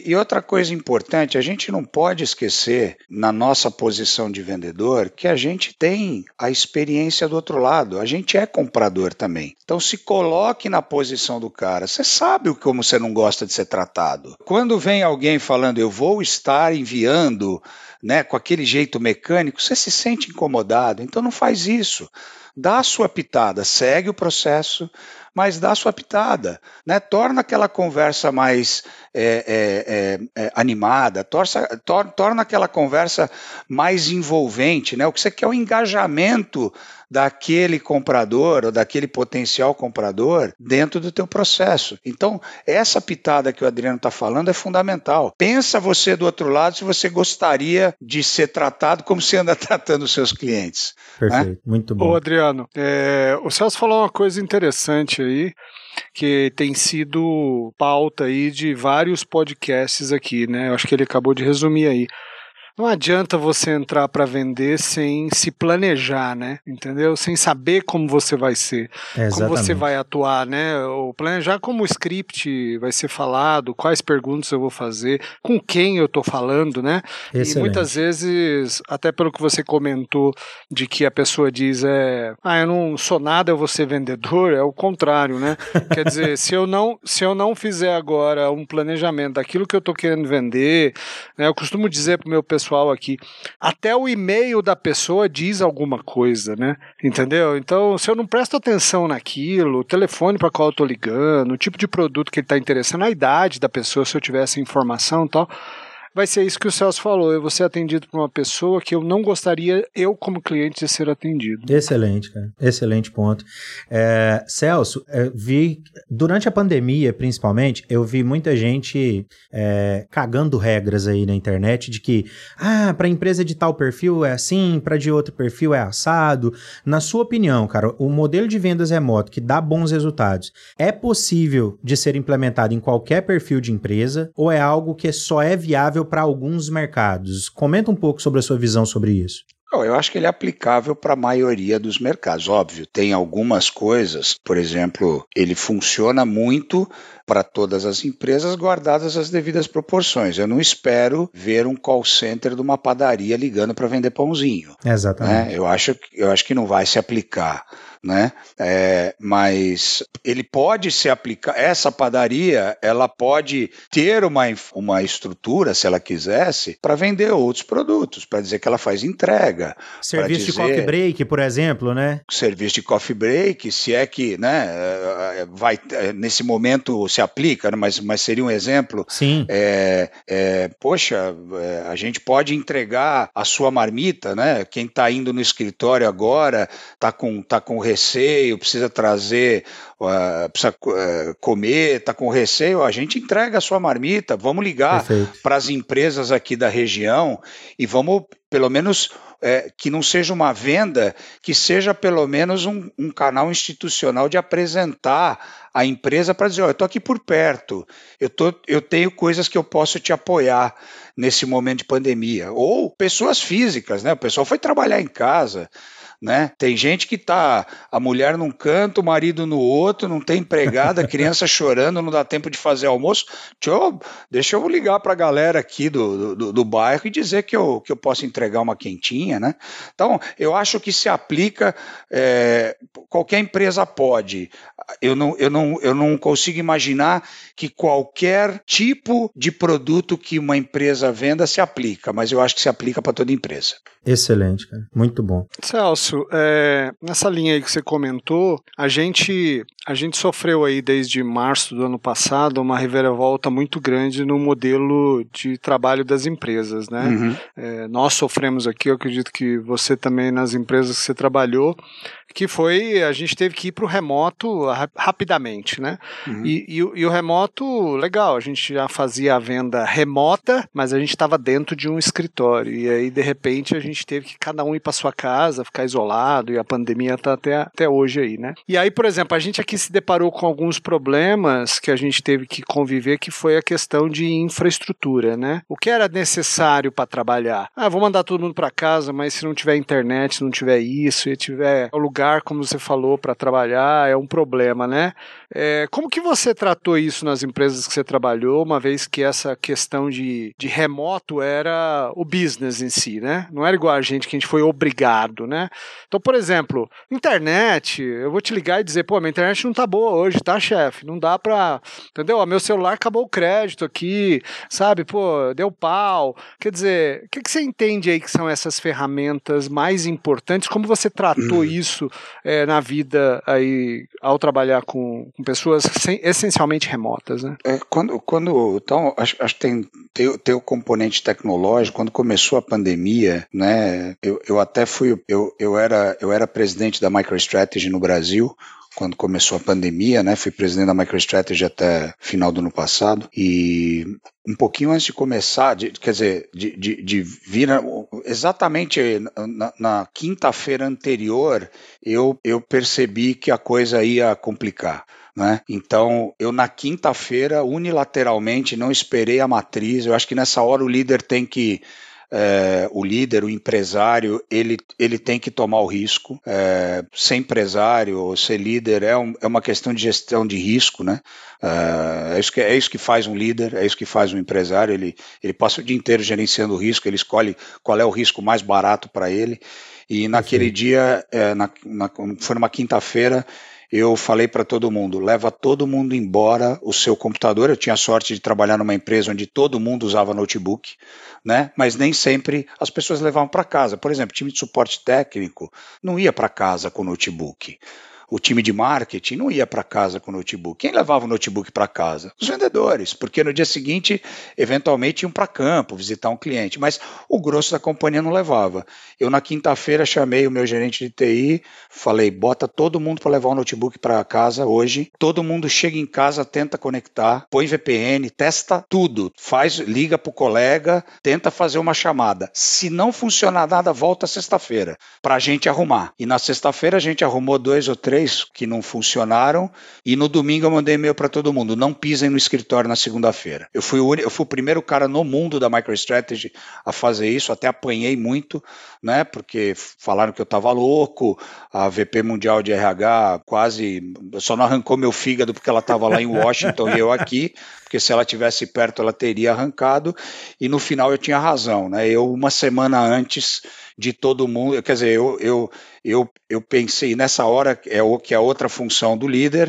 S2: e outra coisa importante, a gente não pode esquecer, na nossa posição de vendedor, que a gente tem a experiência do outro lado, a gente é comprador também. Então se coloque na posição do cara, você sabe como você não gosta de ser tratado. Quando vem alguém falando, eu vou estar enviando, né, com aquele jeito mecânico, você se sente incomodado, então não faz isso. Dá a sua pitada, segue o processo, mas dá a sua pitada, né? Torna aquela conversa mais é, é, é, animada, torça, tor, torna aquela conversa mais envolvente, né? O que você quer é o engajamento daquele comprador ou daquele potencial comprador dentro do teu processo. Então, essa pitada que o Adriano está falando é fundamental. Pensa você do outro lado se você gostaria de ser tratado como você anda tratando os seus clientes.
S1: Perfeito,
S2: né?
S1: Muito bom.
S3: Ô Adriano, é, o Celso falou uma coisa interessante aí, que tem sido pauta aí de vários podcasts aqui, né? Eu acho que ele acabou de resumir aí. Não adianta você entrar para vender sem se planejar, né? Entendeu? Sem saber como você vai ser,
S1: é,
S3: como você vai atuar, né? Ou planejar como o script vai ser falado, quais perguntas eu vou fazer, com quem eu estou falando, né?
S1: Excelente.
S3: E muitas vezes, até pelo que você comentou, de que a pessoa diz, é, ah, eu não sou nada, eu vou ser vendedor, é o contrário, né? Quer dizer, se eu não, se eu não fizer agora um planejamento daquilo que eu estou querendo vender, né? Eu costumo dizer para o meu pessoal aqui, até o e-mail da pessoa diz alguma coisa, né? Entendeu? Então, se eu não presto atenção naquilo, o telefone para qual eu tô ligando, o tipo de produto que ele está interessando, a idade da pessoa, se eu tiver essa informação e tal, vai ser isso que o Celso falou, eu vou ser atendido por uma pessoa que eu não gostaria, eu como cliente, de ser atendido.
S1: Excelente, cara. Excelente ponto. É, Celso, eu vi, durante a pandemia, principalmente, eu vi muita gente é, cagando regras aí na internet de que, ah, para empresa de tal perfil é assim, para de outro perfil é assado. Na sua opinião, cara, o modelo de vendas remoto que dá bons resultados é possível de ser implementado em qualquer perfil de empresa ou é algo que só é viável para alguns mercados? Comenta um pouco sobre a sua visão sobre isso.
S2: Eu acho que ele é aplicável para a maioria dos mercados. Óbvio, tem algumas coisas, por exemplo, ele funciona muito para todas as empresas, guardadas as devidas proporções. Eu não espero ver um call center de uma padaria ligando para vender pãozinho.
S1: Exatamente.
S2: Né? Eu acho, eu acho que não vai se aplicar. Né? É, mas ele pode se aplicar, essa padaria, ela pode ter uma, uma estrutura, se ela quisesse, para vender outros produtos, para dizer que ela faz entrega.
S1: Serviço
S2: dizer,
S1: de coffee break, por exemplo, né?
S2: Serviço de coffee break, se é que, né, vai, nesse momento se aplica, né, mas, mas seria um exemplo.
S1: Sim.
S2: É, é, poxa, a gente pode entregar a sua marmita, né? Quem está indo no escritório agora está com, tá com receio, precisa trazer, uh, precisa uh, comer, está com receio, a gente entrega a sua marmita, vamos ligar para as empresas aqui da região e vamos, pelo menos, é, que não seja uma venda, que seja pelo menos um, um canal institucional de apresentar a empresa para dizer, ó, eu estou aqui por perto, eu, tô, eu tenho coisas que eu posso te apoiar nesse momento de pandemia. Ou pessoas físicas, né? O pessoal foi trabalhar em casa, né? Tem gente que tá, a mulher num canto, o marido no outro, não tem empregada, a criança chorando, não dá tempo de fazer almoço. Deixa eu, deixa eu ligar para a galera aqui do, do, do bairro e dizer que eu, que eu posso entregar uma quentinha, né? Então, eu acho que se aplica, é, qualquer empresa pode. Eu não, eu, não, eu não consigo imaginar que qualquer tipo de produto que uma empresa venda se aplica, mas eu acho que se aplica para toda empresa.
S1: Excelente, cara. Muito bom.
S3: Celso, é, nessa linha aí que você comentou, a gente, a gente sofreu aí desde março do ano passado uma reviravolta muito grande no modelo de trabalho das empresas, né? Uhum. É, nós sofremos aqui, eu acredito que você também nas empresas que você trabalhou, que foi, a gente teve que ir para o remoto rapidamente, né? Uhum. E, e, e o remoto, legal, a gente já fazia a venda remota, mas a gente estava dentro de um escritório, e aí de repente a gente teve que cada um ir para sua casa, ficar isolado, e a pandemia está até, até hoje aí, né? E aí, por exemplo, a gente aqui se deparou com alguns problemas que a gente teve que conviver, que foi a questão de infraestrutura, né? O que era necessário para trabalhar? Ah, vou mandar todo mundo para casa, mas se não tiver internet, se não tiver isso, se tiver lugar, como você falou, para trabalhar, é um problema, né? É, como que você tratou isso nas empresas que você trabalhou, uma vez que essa questão de, de remoto era o business em si, né? Não era igual a gente, que a gente foi obrigado, né? Então, por exemplo, internet, eu vou te ligar e dizer, pô, minha internet não tá boa hoje, tá, chefe? Não dá pra, entendeu? Ó, meu celular acabou o crédito aqui, sabe? Pô, deu pau. Quer dizer, o que, que você entende aí que são essas ferramentas mais importantes? Como você tratou
S2: Hum.
S3: isso é, na vida aí, ao trabalhar com, com pessoas sem, essencialmente remotas, né?
S2: É, quando, quando, então, acho, acho que tem, tem, tem o componente tecnológico. Quando começou a pandemia, né, eu, eu até fui, eu, eu, era, eu era presidente da MicroStrategy no Brasil, quando começou a pandemia, né, fui presidente da MicroStrategy até final do ano passado, e um pouquinho antes de começar, de, quer dizer, de, de, de vir, exatamente na, na quinta-feira anterior, eu, eu percebi que a coisa ia complicar. Né? Então, eu na quinta-feira, unilateralmente, não esperei a matriz. Eu acho que nessa hora o líder tem que, é, o líder, o empresário, ele, ele tem que tomar o risco. É, ser empresário ou ser líder é, um, é uma questão de gestão de risco, né? É, é, isso que, é isso que faz um líder, é isso que faz um empresário. Ele, ele passa o dia inteiro gerenciando o risco, ele escolhe qual é o risco mais barato para ele. E naquele Perfeito. dia, é, na, na, foi numa quinta-feira, eu falei para todo mundo, leva todo mundo embora o seu computador. Eu tinha a sorte de trabalhar numa empresa onde todo mundo usava notebook, né? Mas nem sempre as pessoas levavam para casa. Por exemplo, time de suporte técnico não ia para casa com notebook. O time de marketing não ia para casa com o notebook. Quem levava o notebook para casa? Os vendedores, porque no dia seguinte, eventualmente, iam para campo visitar um cliente, mas o grosso da companhia não levava. Eu, na quinta-feira, chamei o meu gerente de T I, falei, bota todo mundo para levar o notebook para casa hoje, todo mundo chega em casa, tenta conectar, põe V P N, testa tudo, faz, liga para o colega, tenta fazer uma chamada. Se não funcionar nada, volta sexta-feira, para a gente arrumar. E na sexta-feira a gente arrumou dois ou três que não funcionaram, e no domingo eu mandei e-mail para todo mundo, não pisem no escritório na segunda-feira. Eu fui, o, eu fui o primeiro cara no mundo da MicroStrategy a fazer isso, até apanhei muito, né, porque falaram que eu estava louco, a V P Mundial de R H quase, só não arrancou meu fígado porque ela estava lá em Washington e eu aqui, porque se ela estivesse perto ela teria arrancado, e no final eu tinha razão, né, eu uma semana antes de todo mundo, quer dizer, eu, eu, eu, eu pensei nessa hora, é o que é outra função do líder,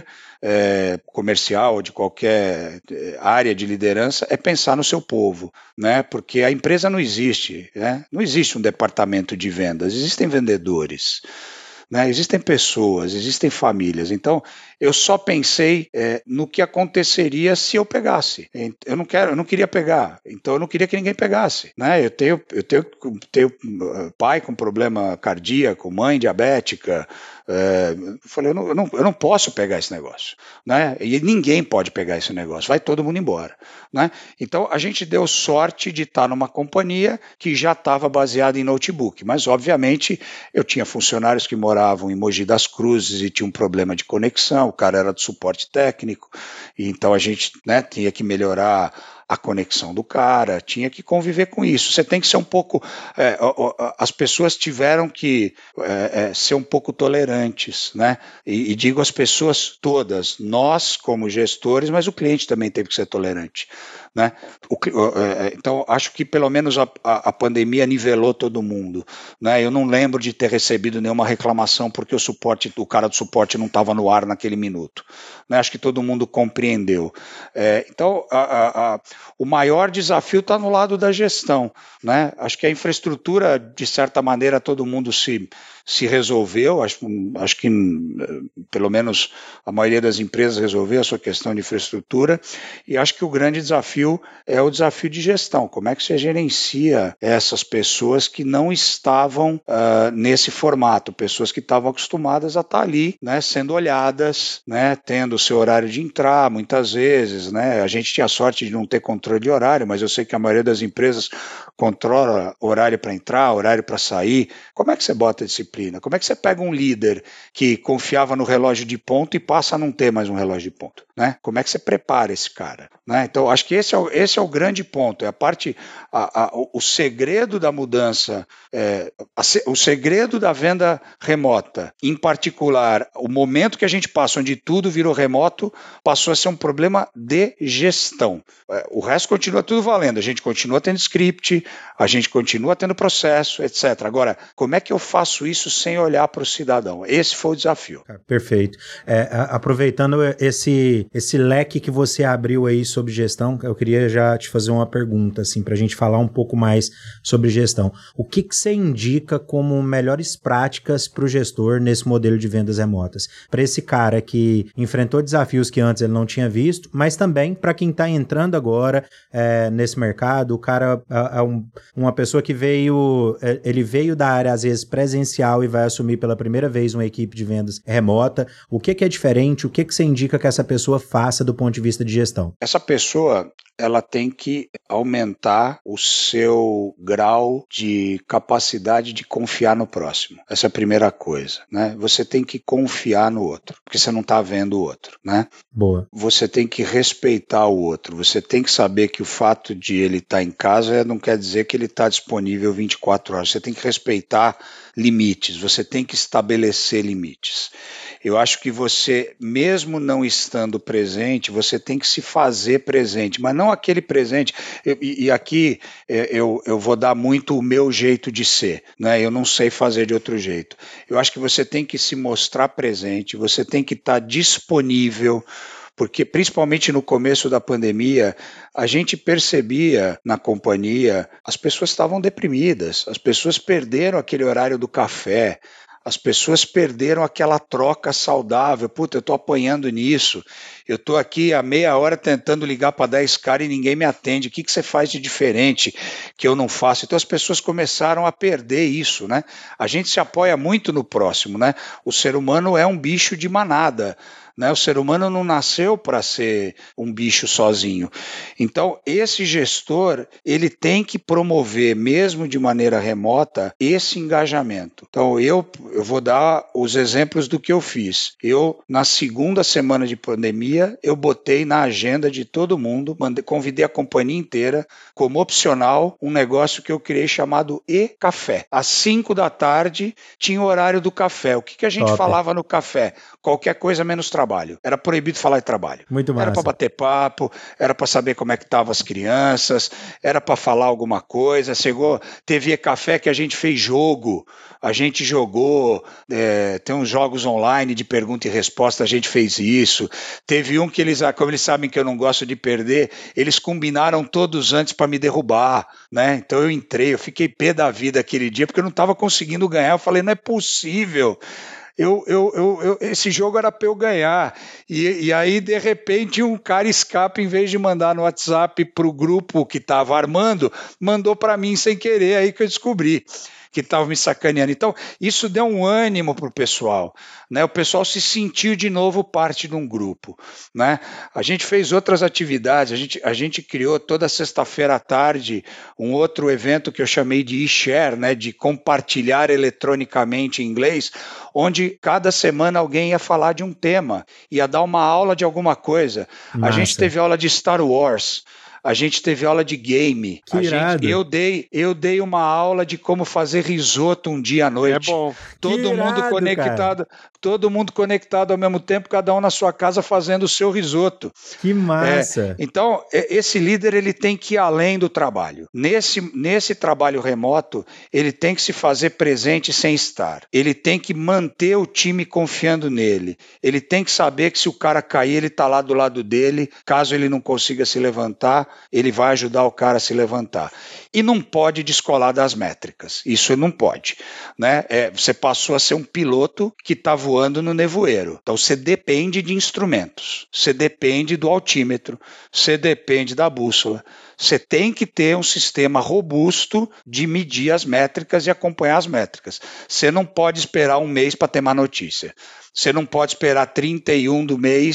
S2: é, comercial, de qualquer área de liderança, é pensar no seu povo, né? Porque a empresa não existe, né? Não existe um departamento de vendas, existem vendedores. Né? Existem pessoas, existem famílias, então eu só pensei é, no que aconteceria se eu pegasse. Eu não quero, eu não queria pegar, então eu não queria que ninguém pegasse. Né? Eu tenho, eu tenho, tenho pai com problema cardíaco, mãe diabética. É, eu falei, eu não, eu, não, eu não posso pegar esse negócio, né? E ninguém pode pegar esse negócio, vai todo mundo embora, né? Então a gente deu sorte de estar numa companhia que já estava baseada em notebook, mas obviamente eu tinha funcionários que moravam em Mogi das Cruzes e tinha um problema de conexão, o cara era de suporte técnico, e então a gente, né, tinha que melhorar a conexão do cara, tinha que conviver com isso. Você tem que ser um pouco... É, as pessoas tiveram que é, é, ser um pouco tolerantes, né? E, e digo as pessoas todas, nós como gestores, mas o cliente também teve que ser tolerante, né? O, é, então, acho que pelo menos a, a, a pandemia nivelou todo mundo, né? Eu não lembro de ter recebido nenhuma reclamação porque o suporte, o cara do suporte não estava no ar naquele minuto, né? Acho que todo mundo compreendeu. É, então, a, a, a o maior desafio está no lado da gestão, né? Acho que a infraestrutura, de certa maneira, todo mundo se, se resolveu, acho, acho que pelo menos a maioria das empresas resolveu a sua questão de infraestrutura, e acho que o grande desafio é o desafio de gestão. Como é que você gerencia essas pessoas que não estavam uh, nesse formato, pessoas que estavam acostumadas a estar ali, né, sendo olhadas, né, tendo o seu horário de entrar, muitas vezes, né? A gente tinha sorte de não ter controle de horário, mas eu sei que a maioria das empresas controla horário para entrar, horário para sair. Como é que você bota disciplina? Como é que você pega um líder que confiava no relógio de ponto e passa a não ter mais um relógio de ponto? Né? Como é que você prepara esse cara? Né? Então, acho que esse é o, esse é o grande ponto, é a parte, a, a, o segredo da mudança, é, a, o segredo da venda remota, em particular, o momento que a gente passa, onde tudo virou remoto, passou a ser um problema de gestão. É, o resto continua tudo valendo, a gente continua tendo script, a gente continua tendo processo, etcétera. Agora, como é que eu faço isso sem olhar para o cidadão? Esse foi o desafio.
S1: Perfeito. É, aproveitando esse, esse leque que você abriu aí sobre gestão, eu queria já te fazer uma pergunta, assim, para a gente falar um pouco mais sobre gestão. O que, que você indica como melhores práticas para o gestor nesse modelo de vendas remotas? Para esse cara que enfrentou desafios que antes ele não tinha visto, mas também para quem está entrando agora é, nesse mercado, o cara é, é um, uma pessoa que veio, é, ele veio da área às vezes presencial e vai assumir pela primeira vez uma equipe de vendas remota. O que, que é diferente? O que, que você indica que essa pessoa faça do ponto de vista de gestão?
S2: Essa pessoa, ela tem que aumentar o seu grau de capacidade de confiar no próximo. Essa é a primeira coisa, né? Você tem que confiar no outro, porque você não está vendo o outro, né?
S1: Boa.
S2: Você tem que respeitar o outro. Você tem que saber que o fato de ele estar em casa não quer dizer que ele está disponível vinte e quatro horas. Você tem que respeitar limites. Você tem que estabelecer limites. Eu acho que você, mesmo não estando presente, você tem que se fazer presente, mas não aquele presente, eu, e, e aqui eu, eu vou dar muito o meu jeito de ser, né? Eu não sei fazer de outro jeito. Eu acho que você tem que se mostrar presente, você tem que estar disponível, porque principalmente no começo da pandemia, a gente percebia na companhia, as pessoas estavam deprimidas, as pessoas perderam aquele horário do café, as pessoas perderam aquela troca saudável. Puta, eu estou apanhando nisso, eu estou aqui há meia hora tentando ligar para dez caras e ninguém me atende. O que, que você faz de diferente que eu não faço? Então as pessoas começaram a perder isso, né? A gente se apoia muito no próximo, né? O ser humano é um bicho de manada, né? O ser humano não nasceu para ser um bicho sozinho. Então, esse gestor, ele tem que promover, mesmo de maneira remota, esse engajamento. Então, eu, eu vou dar os exemplos do que eu fiz. Eu, na segunda semana de pandemia, eu botei na agenda de todo mundo, mandei, convidei a companhia inteira, como opcional, um negócio que eu criei chamado E-Café. Às cinco da tarde, tinha o horário do café. O que, que a gente Top. falava no café? Qualquer coisa menos trabalho. Era proibido falar de trabalho.
S1: Muito massa.
S2: Era para bater papo, era para saber como é que estavam as crianças, era para falar alguma coisa. Chegou, teve café que a gente fez jogo, a gente jogou, é, tem uns jogos online de pergunta e resposta, a gente fez isso. Teve um que eles, como eles sabem que eu não gosto de perder, eles combinaram todos antes para me derrubar, né? Então eu entrei, eu fiquei pé da vida aquele dia porque eu não estava conseguindo ganhar. Eu falei, não é possível. Eu, eu, eu, eu, esse jogo era para eu ganhar, e, e aí de repente um cara escapa, em vez de mandar no WhatsApp para o grupo que estava armando, mandou para mim sem querer, aí que eu descobri que estava me sacaneando. Então, isso deu um ânimo para o pessoal, né? O pessoal se sentiu de novo parte de um grupo, né? A gente fez outras atividades, a gente, a gente criou toda sexta-feira à tarde um outro evento que eu chamei de e-share, né? De compartilhar eletronicamente em inglês, onde cada semana alguém ia falar de um tema, ia dar uma aula de alguma coisa. Massa. A gente teve aula de Star Wars, a gente teve aula de game.
S1: Que
S2: a gente, eu, dei, eu dei uma aula de como fazer risoto um dia à noite.
S3: É bom.
S2: Todo
S1: que
S2: mundo
S1: irado,
S2: conectado,
S1: cara.
S2: todo mundo conectado ao mesmo tempo, cada um na sua casa fazendo o seu risoto.
S1: Que massa.
S2: É, então, esse líder ele tem que ir além do trabalho. Nesse, nesse trabalho remoto, ele tem que se fazer presente sem estar. Ele tem que manter o time confiando nele. Ele tem que saber que se o cara cair, ele está lá do lado dele. Caso ele não consiga se levantar, ele vai ajudar o cara a se levantar. E não pode descolar das métricas. Isso não pode, né? É, você passou a ser um piloto que está voando no nevoeiro. Então você depende de instrumentos, você depende do altímetro, você depende da bússola. Você tem que ter um sistema robusto de medir as métricas e acompanhar as métricas. Você não pode esperar um mês para ter má notícia. Você não pode esperar trinta e um do mês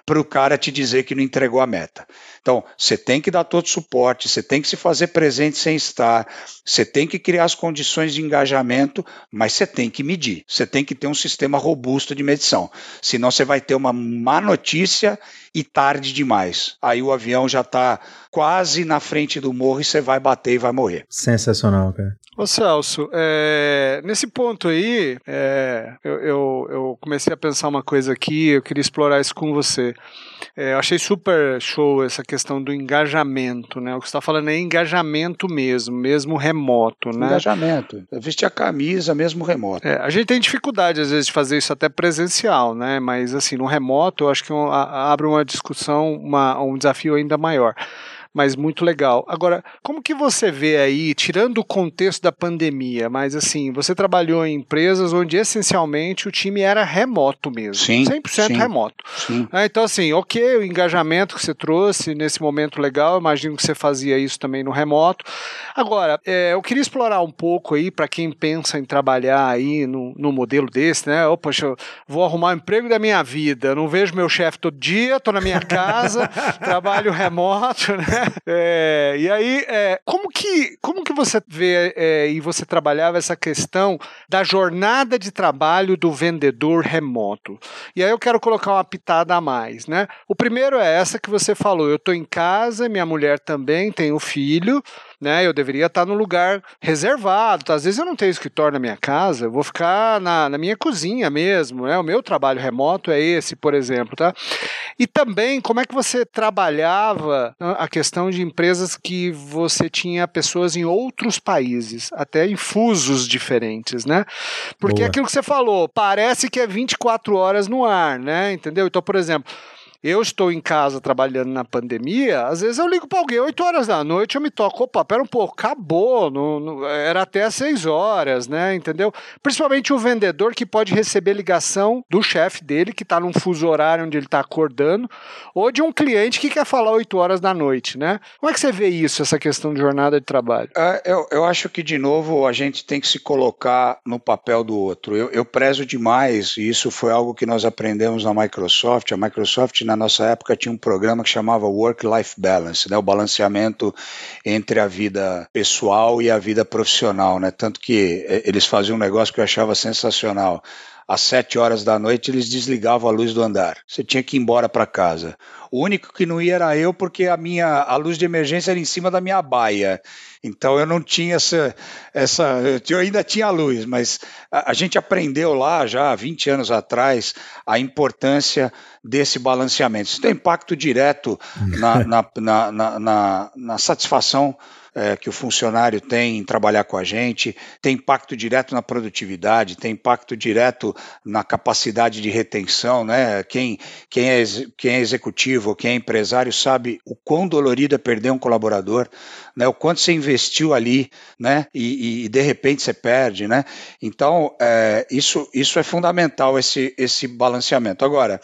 S2: para o cara te dizer que não entregou a meta. Então, você tem que dar todo o suporte, você tem que se fazer presente sem estar, você tem que criar as condições de engajamento, mas você tem que medir, você tem que ter um sistema robusto de medição, senão você vai ter uma má notícia e tarde demais. Aí o avião já está quase na frente do morro e você vai bater e vai morrer.
S1: Sensacional, cara.
S3: Ô Celso, é, nesse ponto aí, é, eu, eu, eu comecei a pensar uma coisa aqui, eu queria explorar isso com você. É, eu achei super show essa questão do engajamento, né? O que você está falando é engajamento mesmo, mesmo remoto, né?
S2: Engajamento, vestir a camisa mesmo remoto.
S3: É, a gente tem dificuldade às vezes de fazer isso até presencial, né? Mas assim, no remoto eu acho que um, a, abre uma discussão, uma, um desafio ainda maior. Mas muito legal. Agora, como que você vê aí, tirando o contexto da pandemia, mas assim, você trabalhou em empresas onde essencialmente o time era remoto mesmo,
S2: sim,
S3: cem por cento
S2: sim,
S3: remoto.
S2: Sim.
S3: É, então assim, ok, o engajamento que você trouxe nesse momento legal, eu imagino que você fazia isso também no remoto. Agora, é, eu queria explorar um pouco aí para quem pensa em trabalhar aí no, no modelo desse, né? Oh, poxa, eu vou arrumar o emprego da minha vida, eu não vejo meu chefe todo dia, tô na minha casa, trabalho remoto, né? É, e aí, é, como, que, como que você vê é, e você trabalhava essa questão da jornada de trabalho do vendedor remoto? E aí eu quero colocar uma pitada a mais, né? O primeiro é essa que você falou, eu estou em casa, minha mulher também, tenho filho, né, eu deveria estar no lugar reservado, tá? Às vezes eu não tenho escritório na minha casa, eu vou ficar na, na minha cozinha mesmo, né? O meu trabalho remoto é esse, por exemplo, tá? E também, como é que você trabalhava a questão de empresas que você tinha pessoas em outros países, até em fusos diferentes, né? Porque
S1: Boa.
S3: aquilo que você falou, parece que é vinte e quatro horas no ar, né? Entendeu? Então, por exemplo, eu estou em casa trabalhando na pandemia, às vezes eu ligo para alguém oito horas da noite, eu me toco, opa, pera um pouco, acabou, não, não, era até às seis horas, né, entendeu? Principalmente o vendedor que pode receber ligação do chefe dele, que está num fuso horário onde ele está acordando, ou de um cliente que quer falar oito horas da noite, né? Como é que você vê isso, essa questão de jornada de trabalho?
S2: É, eu, eu acho que, de novo, a gente tem que se colocar no papel do outro. Eu, eu prezo demais, e isso foi algo que nós aprendemos na Microsoft. A Microsoft, na nossa época, tinha um programa que chamava Work-Life Balance, né, o balanceamento entre a vida pessoal e a vida profissional, né? Tanto que eles faziam um negócio que eu achava sensacional. Às sete horas da noite eles desligavam a luz do andar. Você tinha que ir embora para casa. O único que não ia era eu, porque a minha a luz de emergência era em cima da minha baia. Então eu não tinha essa, essa eu ainda tinha luz, mas a, a gente aprendeu lá já há vinte anos atrás a importância desse balanceamento. Isso tem impacto direto na, na, na, na, na, na satisfação É, que o funcionário tem em trabalhar com a gente, tem impacto direto na produtividade, tem impacto direto na capacidade de retenção, né? Quem, quem, é, quem é executivo, quem é empresário sabe o quão dolorido é perder um colaborador, né? O quanto você investiu ali, né? E, e de repente você perde, né? Então, é, isso, isso é fundamental, esse, esse balanceamento. Agora,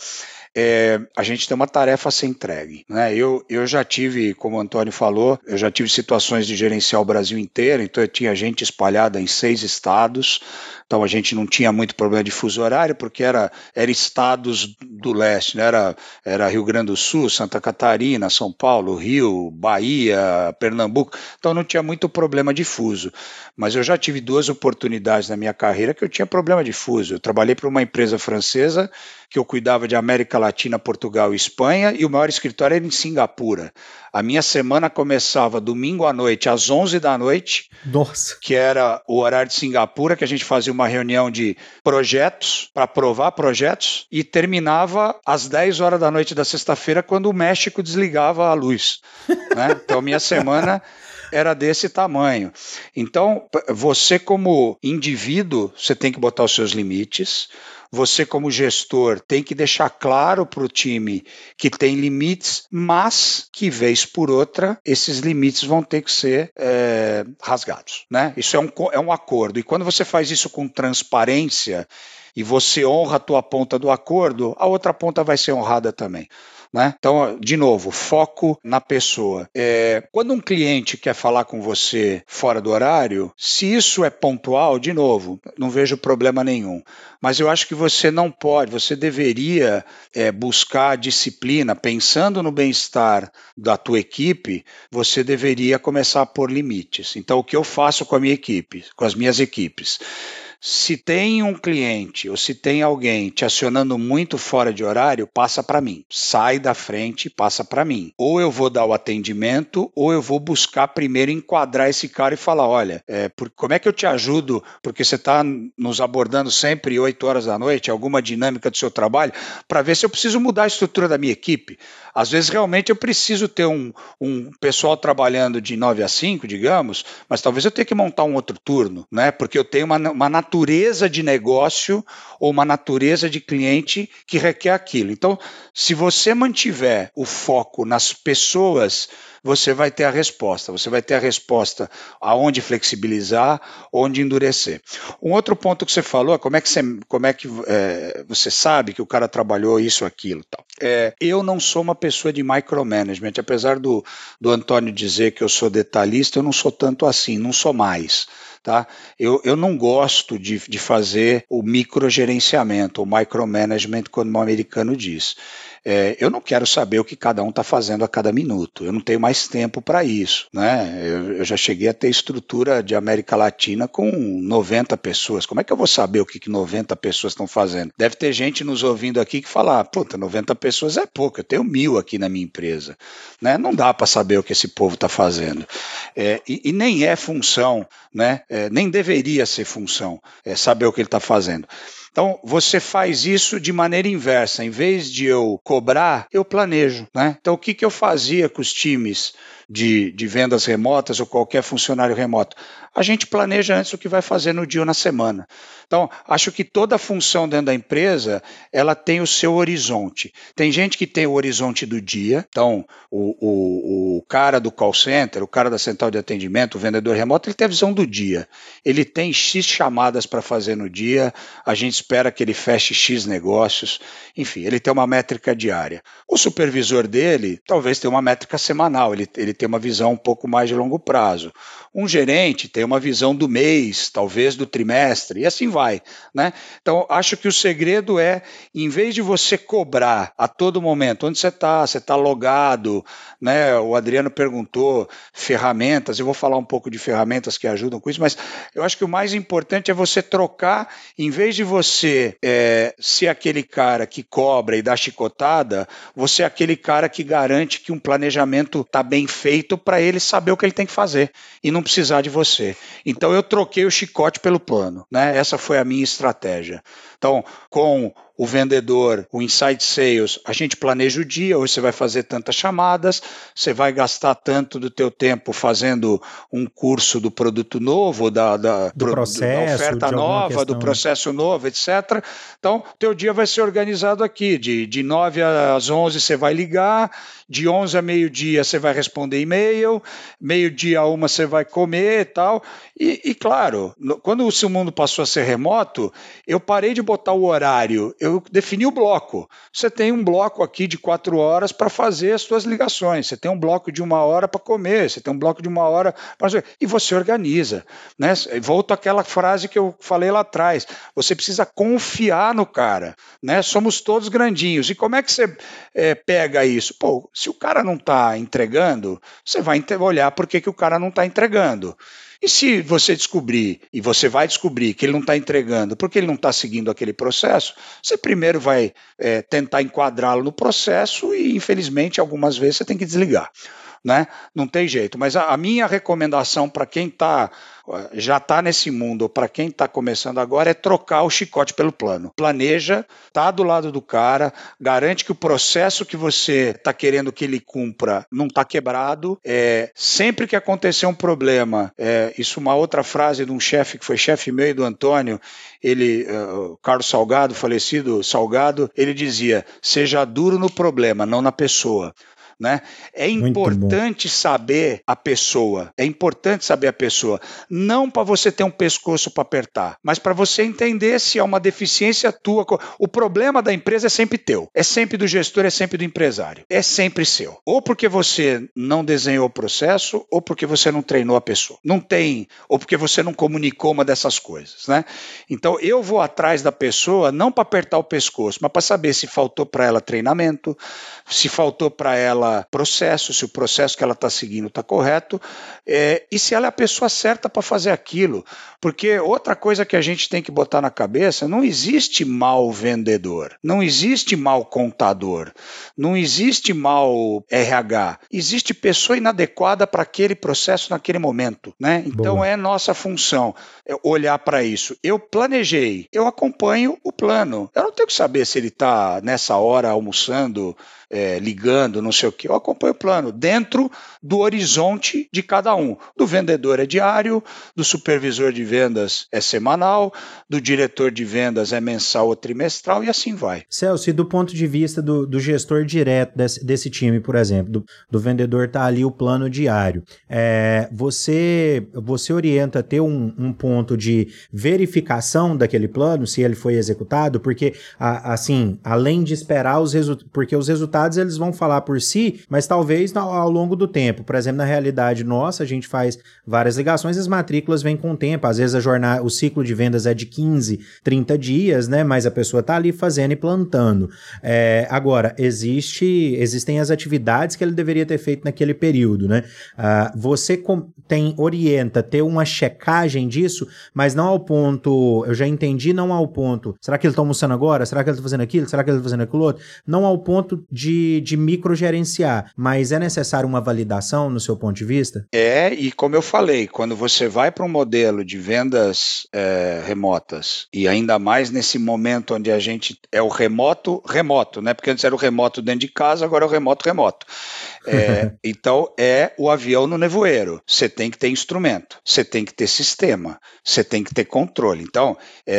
S2: É, a gente tem uma tarefa a ser entregue, né? Eu, eu já tive, como o Antônio falou, eu já tive situações de gerenciar o Brasil inteiro, então eu tinha gente espalhada em seis estados, então a gente não tinha muito problema de fuso horário, porque era, era estados do leste, né? Era, era Rio Grande do Sul, Santa Catarina, São Paulo, Rio, Bahia, Pernambuco, então não tinha muito problema de fuso, mas eu já tive duas oportunidades na minha carreira que eu tinha problema de fuso. Eu trabalhei para uma empresa francesa que eu cuidava de América Latina, Portugal e Espanha, e o maior escritório era em Singapura. A minha semana começava domingo à noite, às onze da noite,
S1: Nossa.
S2: que era o horário de Singapura, que a gente fazia uma reunião de projetos, para aprovar projetos, e terminava às dez horas da noite da sexta-feira, quando o México desligava a luz, né? Então, minha semana era desse tamanho. Então, você como indivíduo, você tem que botar os seus limites. Você, como gestor, tem que deixar claro para o time que tem limites, mas que, vez por outra, esses limites vão ter que ser é, rasgados, né? Isso é um, é um acordo. E quando você faz isso com transparência e você honra a tua ponta do acordo, a outra ponta vai ser honrada também. Né? Então, de novo, foco na pessoa. É, quando um cliente quer falar com você fora do horário, se isso é pontual, de novo, não vejo problema nenhum. Mas eu acho que você não pode, você deveria é, buscar disciplina, pensando no bem-estar da tua equipe, você deveria começar a pôr limites. Então, o que eu faço com a minha equipe, com as minhas equipes? Se tem um cliente ou se tem alguém te acionando muito fora de horário, passa para mim. Sai da frente e passa para mim. Ou eu vou dar o atendimento, ou eu vou buscar primeiro enquadrar esse cara e falar, olha, é, por, como é que eu te ajudo? Porque você está nos abordando sempre oito horas da noite, alguma dinâmica do seu trabalho, para ver se eu preciso mudar a estrutura da minha equipe. Às vezes, realmente, eu preciso ter um, um pessoal trabalhando de nove a cinco, digamos, mas talvez eu tenha que montar um outro turno, né? Porque eu tenho uma, uma natureza de negócio ou uma natureza de cliente que requer aquilo. Então, se você mantiver o foco nas pessoas, você vai ter a resposta. Você vai ter a resposta aonde flexibilizar, onde endurecer. Um outro ponto que você falou é como é que você, como é que, é, você sabe que o cara trabalhou isso, aquilo. Tal. É, eu não sou uma pessoa de micromanagement. Apesar do, do Antônio dizer que eu sou detalhista, eu não sou tanto assim, não sou mais. Tá? Eu, eu não gosto de, de fazer o microgerenciamento, o micromanagement, como o americano diz. É, eu não quero saber o que cada um está fazendo a cada minuto, eu não tenho mais tempo para isso. Né? Eu, eu já cheguei a ter estrutura de América Latina com noventa pessoas, como é que eu vou saber o que, que noventa pessoas estão fazendo? Deve ter gente nos ouvindo aqui que fala, puta, noventa pessoas é pouco, eu tenho mil aqui na minha empresa. Né? Não dá para saber o que esse povo está fazendo. É, e, e nem é função, né? É, nem deveria ser função é, saber o que ele está fazendo. Então, você faz isso de maneira inversa. Em vez de eu cobrar, eu planejo. Né? Então, o que, que eu fazia com os times de, de vendas remotas ou qualquer funcionário remoto? A gente planeja antes o que vai fazer no dia ou na semana. Então, acho que toda função dentro da empresa, ela tem o seu horizonte. Tem gente que tem o horizonte do dia. Então, o, o, o cara do call center, o cara da central de atendimento, o vendedor remoto, ele tem a visão do dia. Ele tem X chamadas para fazer no dia, a gente espera que ele feche X negócios, enfim, ele tem uma métrica diária. O supervisor dele talvez tenha uma métrica semanal, ele, ele tem uma visão um pouco mais de longo prazo. Um gerente tem uma visão do mês, talvez do trimestre, e assim vai. Né? Então, acho que o segredo é, em vez de você cobrar a todo momento, onde você está, você está logado, né? O Adriano perguntou ferramentas, eu vou falar um pouco de ferramentas que ajudam com isso, mas eu acho que o mais importante é você trocar, em vez de você é, ser aquele cara que cobra e dá chicotada, você é aquele cara que garante que um planejamento está bem feito para ele saber o que ele tem que fazer e não precisar de você. Então eu troquei o chicote pelo plano, né? Essa foi a minha estratégia. Então, com o vendedor, o inside sales, a gente planeja o dia, hoje você vai fazer tantas chamadas, você vai gastar tanto do teu tempo fazendo um curso do produto novo, da, da,
S1: do pro, processo,
S2: da oferta nova, questão, do processo novo, etcétera. Então, teu dia vai ser organizado aqui, de, de nove às onze você vai ligar, de onze a meio-dia você vai responder e-mail, meio-dia a uma você vai comer e tal. E, e claro, no, quando o seu mundo passou a ser remoto, eu parei de botar o horário, eu defini o bloco. Você tem um bloco aqui de quatro horas para fazer as suas ligações, você tem um bloco de uma hora para comer, você tem um bloco de uma hora para fazer, e você organiza. Né? Volto àquela frase que eu falei lá atrás, você precisa confiar no cara. Né? Somos todos grandinhos. E como é que você é, pega isso? Pô, se o cara não está entregando, você vai olhar por que, que o cara não está entregando. E se você descobrir, e você vai descobrir que ele não está entregando porque ele não está seguindo aquele processo, você primeiro vai é, tentar enquadrá-lo no processo e, infelizmente, algumas vezes você tem que desligar. Né? Não tem jeito, mas a, a minha recomendação para quem tá, já está nesse mundo, ou para quem está começando agora, é trocar o chicote pelo plano. Planeja, tá do lado do cara, garante que o processo que você está querendo que ele cumpra não está quebrado. É, sempre que acontecer um problema, é, isso é uma outra frase de um chefe que foi chefe meu e do Antônio, ele, uh, Carlos Salgado, falecido Salgado, ele dizia, seja duro no problema, não na pessoa. né? É importante saber a pessoa, é importante saber a pessoa, não para você ter um pescoço para apertar, mas para você entender se é uma deficiência tua. O problema da empresa é sempre teu, é sempre do gestor, é sempre do empresário, é sempre seu. Ou porque você não desenhou o processo, ou porque você não treinou a pessoa. Não tem, ou porque você não comunicou uma dessas coisas, né? Então eu vou atrás da pessoa não para apertar o pescoço, mas para saber se faltou para ela treinamento, se faltou para ela processo, se o processo que ela está seguindo está correto, é, e se ela é a pessoa certa para fazer aquilo. Porque outra coisa que a gente tem que botar na cabeça, não existe mau vendedor, não existe mau contador, não existe mau R H, existe pessoa inadequada para aquele processo naquele momento, né? Então Boa. É nossa função olhar para isso. Eu planejei, eu acompanho o plano, eu não tenho que saber se ele está nessa hora almoçando, É, ligando, não sei o que, eu acompanho o plano, dentro do horizonte de cada um. Do vendedor é diário, do supervisor de vendas é semanal, do diretor de vendas é mensal ou trimestral, e assim vai.
S1: Celso, e do ponto de vista do, do gestor direto desse, desse time, por exemplo, do, do vendedor tá ali o plano diário, é, você, você orienta a ter um, um ponto de verificação daquele plano, se ele foi executado, porque, a, assim, além de esperar os resultados, porque os resultados eles vão falar por si, mas talvez ao longo do tempo. Por exemplo, na realidade nossa, a gente faz várias ligações, as matrículas vêm com o tempo, às vezes a jornada, o ciclo de vendas é de quinze, trinta dias, né, mas a pessoa tá ali fazendo e plantando. É, agora, existe, existem as atividades que ele deveria ter feito naquele período, né? Uh, você com, tem, orienta ter uma checagem disso, mas não ao ponto, eu já entendi, não ao ponto, será que ele tá almoçando agora? Será que ele tá fazendo aquilo? Será que ele tá fazendo aquilo outro? Não ao ponto de De, de microgerenciar, mas é necessário uma validação no seu ponto de vista?
S2: É, e como eu falei, quando você vai para um modelo de vendas é, remotas, e ainda mais nesse momento onde a gente é o remoto, remoto, né? Porque antes era o remoto dentro de casa, agora é o remoto, remoto. É, então é o avião no nevoeiro. Você tem que ter instrumento, você tem que ter sistema, você tem que ter controle. Então,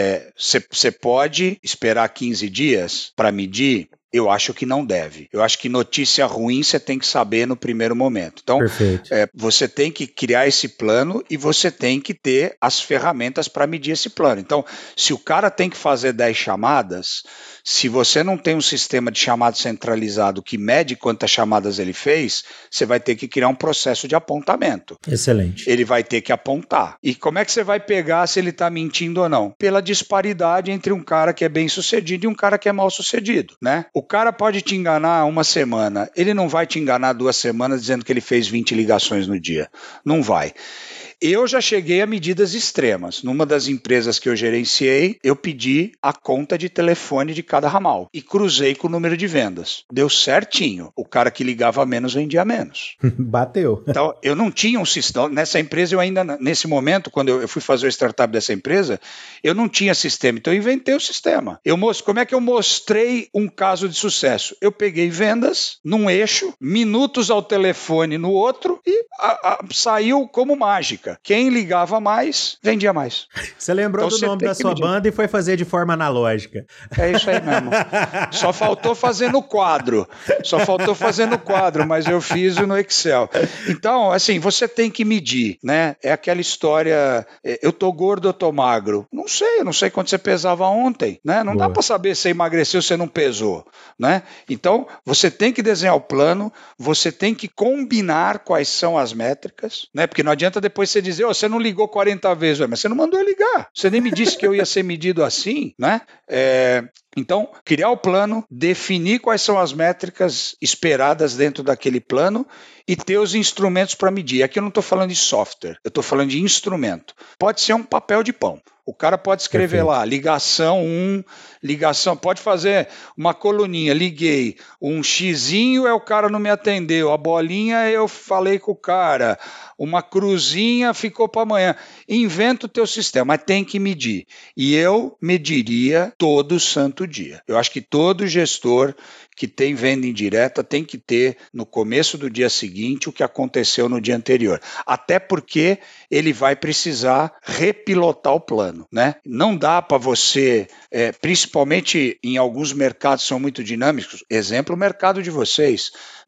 S2: você é, pode esperar quinze dias para medir? Eu acho que não deve. Eu acho que notícia ruim você tem que saber no primeiro momento. Então, é, você tem que criar esse plano e você tem que ter as ferramentas para medir esse plano. Então, se o cara tem que fazer dez chamadas, se você não tem um sistema de chamada centralizado que mede quantas chamadas ele fez, você vai ter que criar um processo de apontamento.
S1: Excelente.
S2: Ele vai ter que apontar. E como é que você vai pegar se ele está mentindo ou não? Pela disparidade entre um cara que é bem sucedido e um cara que é mal sucedido, né? O cara pode te enganar uma semana, ele não vai te enganar duas semanas dizendo que ele fez vinte ligações no dia. Não vai. Eu já cheguei a medidas extremas. Numa das empresas que eu gerenciei, eu pedi a conta de telefone de cada ramal e cruzei com o número de vendas. Deu certinho. O cara que ligava menos vendia menos.
S1: Bateu.
S2: Então, eu não tinha um sistema. Nessa empresa, eu ainda, nesse momento, quando eu fui fazer o startup dessa empresa, eu não tinha sistema. Então, eu inventei o sistema. Eu most... Como é que eu mostrei um caso de sucesso? Eu peguei vendas num eixo, minutos ao telefone no outro e a, a, saiu como mágica. Quem ligava mais, vendia mais.
S1: Você lembrou então, do nome da sua medir. banda e foi fazer de forma analógica.
S2: É isso aí mesmo. Só faltou fazer no quadro. Só faltou fazer no quadro, mas eu fiz no Excel. Então, assim, você tem que medir, né? É aquela história, eu tô gordo, eu tô magro. Não sei, eu não sei quanto você pesava ontem, né? Não Boa. Dá para saber se você emagreceu ou você não pesou, né? Então, você tem que desenhar o plano, você tem que combinar quais são as métricas, né? Porque não adianta depois você dizer, oh, você não ligou quarenta vezes, mas você não mandou eu ligar. Você nem me disse que eu ia ser medido assim, né? É, então, criar o plano, definir quais são as métricas esperadas dentro daquele plano e ter os instrumentos para medir. Aqui eu não estou falando de software, eu estou falando de instrumento. Pode ser um papel de pão. O cara pode escrever Perfeito. Lá, ligação um, ligação, pode fazer uma coluninha, liguei, um xizinho é o cara não me atendeu, a bolinha eu falei com o cara, uma cruzinha ficou para amanhã. Inventa o teu sistema, mas tem que medir. E eu mediria todo santo dia. Eu acho que todo gestor que tem venda indireta tem que ter no começo do dia seguinte o que aconteceu no dia anterior. Até porque ele vai precisar repilotar o plano, né? Não dá para você, é, principalmente em alguns mercados que são muito dinâmicos, exemplo, o mercado de vocês,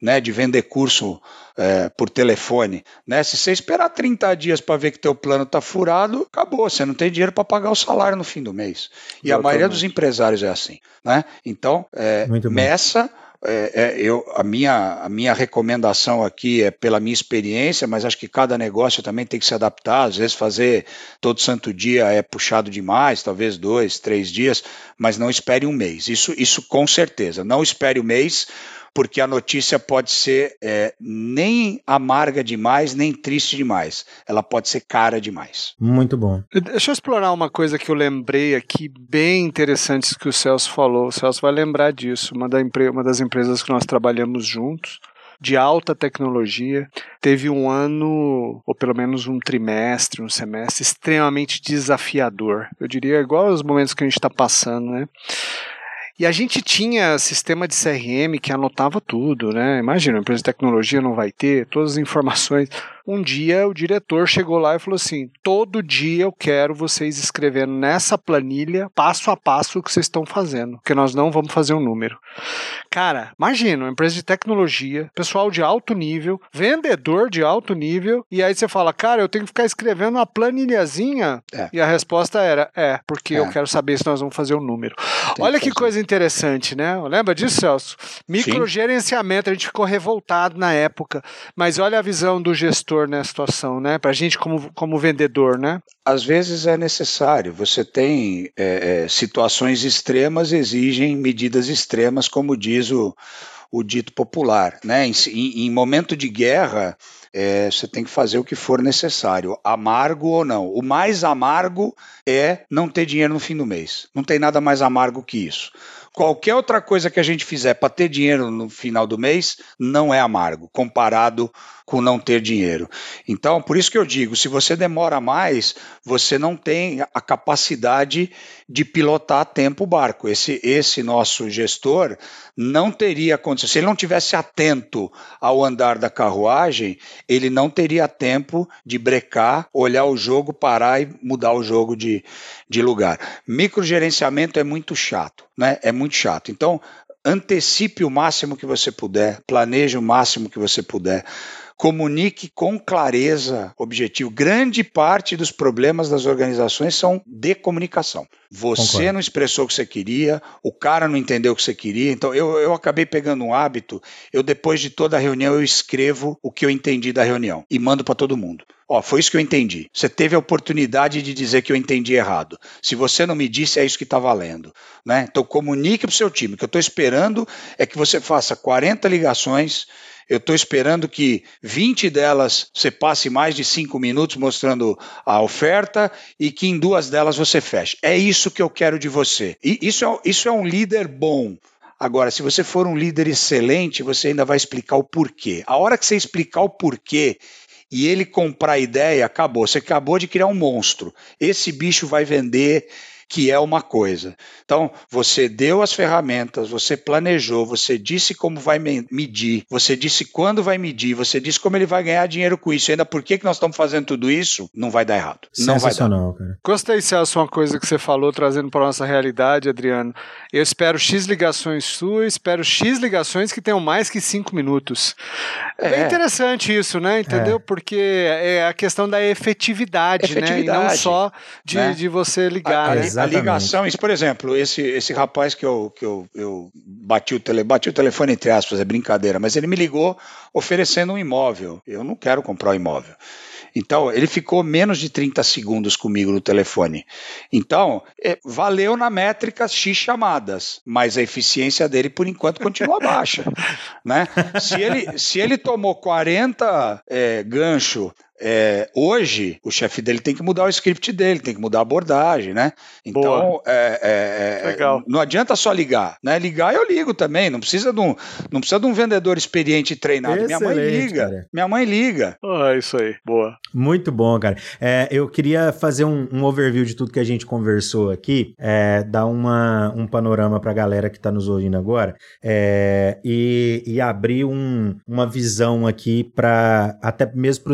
S2: né, de vender curso é, por telefone, né? Se você esperar trinta dias para ver que teu plano está furado, acabou, você não tem dinheiro para pagar o salário no fim do mês. E Exatamente. A maioria dos empresários é assim, né? Então, é, meça. É, é, eu, a, minha, a minha recomendação aqui é pela minha experiência, mas acho que cada negócio também tem que se adaptar. Às vezes fazer todo santo dia é puxado demais, talvez dois, três dias, mas não espere um mês. Isso, isso com certeza. Não espere um mês, porque a notícia pode ser é, nem amarga demais, nem triste demais. Ela pode ser cara demais.
S1: Muito bom.
S3: Deixa eu explorar uma coisa que eu lembrei aqui, bem interessante que o Celso falou. O Celso vai lembrar disso. Uma, da empre- uma das empresas que nós trabalhamos juntos, de alta tecnologia, teve um ano, ou pelo menos um trimestre, um semestre, extremamente desafiador. Eu diria igual aos momentos que a gente está passando, né? E a gente tinha sistema de C R M que anotava tudo, né? Imagina, uma empresa de tecnologia não vai ter todas as informações. Um dia o diretor chegou lá e falou assim, todo dia eu quero vocês escrevendo nessa planilha, passo a passo, o que vocês estão fazendo, porque nós não vamos fazer um número. Cara, imagina, uma empresa de tecnologia, pessoal de alto nível, vendedor de alto nível, e aí você fala, cara, eu tenho que ficar escrevendo uma planilhazinha? É. E a resposta era, é, porque é. eu quero saber se nós vamos fazer um número. Tem Olha que, que coisa interessante, né? Lembra disso, Celso? Microgerenciamento, a gente ficou revoltado na época, mas olha a visão do gestor nessa situação, né? Pra gente como, como vendedor, né?
S2: Às vezes é necessário. Você tem é, é, situações extremas exigem medidas extremas, como diz o, o dito popular, né? Em, em, em momento de guerra, é, você tem que fazer o que for necessário, amargo ou não. O mais amargo é não ter dinheiro no fim do mês. Não tem nada mais amargo que isso. Qualquer outra coisa que a gente fizer para ter dinheiro no final do mês não é amargo, comparado com não ter dinheiro. Então, por isso que eu digo, se você demora mais, você não tem a capacidade de pilotar a tempo o barco. Esse, esse nosso gestor não teria condição. Se ele não tivesse atento ao andar da carruagem, ele não teria tempo de brecar, olhar o jogo, parar e mudar o jogo de, de lugar. Microgerenciamento é muito chato, né? É muito chato. Então, antecipe o máximo que você puder, planeje o máximo que você puder. Comunique com clareza, objetivo. Grande parte dos problemas das organizações são de comunicação. Você Concordo. Não expressou o que você queria, o cara não entendeu o que você queria. Então, eu, eu acabei pegando um hábito. Eu, depois de toda a reunião, eu escrevo o que eu entendi da reunião e mando para todo mundo. Ó, foi isso que eu entendi. Você teve a oportunidade de dizer que eu entendi errado. Se você não me disse, é isso que está valendo, né? Então, comunique para o seu time. O que eu estou esperando é que você faça quarenta ligações. Eu estou esperando que vinte delas você passe mais de cinco minutos mostrando a oferta e que em duas delas você feche. É isso que eu quero de você. E isso é, isso é um líder bom. Agora, se você for um líder excelente, você ainda vai explicar o porquê. A hora que você explicar o porquê e ele comprar a ideia, acabou. Você acabou de criar um monstro. Esse bicho vai vender, que é uma coisa. Então, você deu as ferramentas, você planejou, você disse como vai medir, você disse quando vai medir, você disse como ele vai ganhar dinheiro com isso. E ainda por que que nós estamos fazendo tudo isso? Não vai dar errado. Não vai dar.
S1: Cara.
S3: Gostei, Celso, uma coisa que você falou, trazendo para a nossa realidade, Adriano. Eu espero X ligações suas, espero X ligações que tenham mais que cinco minutos. É bem interessante isso, né? Entendeu? É. Porque é a questão da efetividade, efetividade né? E não só de, né? de você ligar,
S2: a,
S3: né?
S2: A ligação, isso, por exemplo, esse, esse rapaz que, eu, que eu, eu bati, o tele, bati o telefone entre aspas, é brincadeira, mas ele me ligou oferecendo um imóvel. Eu não quero comprar um imóvel. Então, ele ficou menos de trinta segundos comigo no telefone. Então, é, valeu na métrica X chamadas, mas a eficiência dele, por enquanto, continua baixa. Né? Se ele, se ele tomou quarenta é, gancho É, hoje, o chefe dele tem que mudar o script dele, tem que mudar a abordagem, né? Então, é, é, Legal. não adianta só ligar, né? Ligar eu ligo também, não precisa de um, não precisa de um vendedor experiente e treinado. Excelente, minha mãe liga, cara. minha mãe liga.
S3: Ah, isso aí, boa.
S1: Muito bom, cara. É, eu queria fazer um, um overview de tudo que a gente conversou aqui, é, dar uma, um panorama pra galera que tá nos ouvindo agora, é, e, e abrir um, uma visão aqui para até mesmo para os vendedores.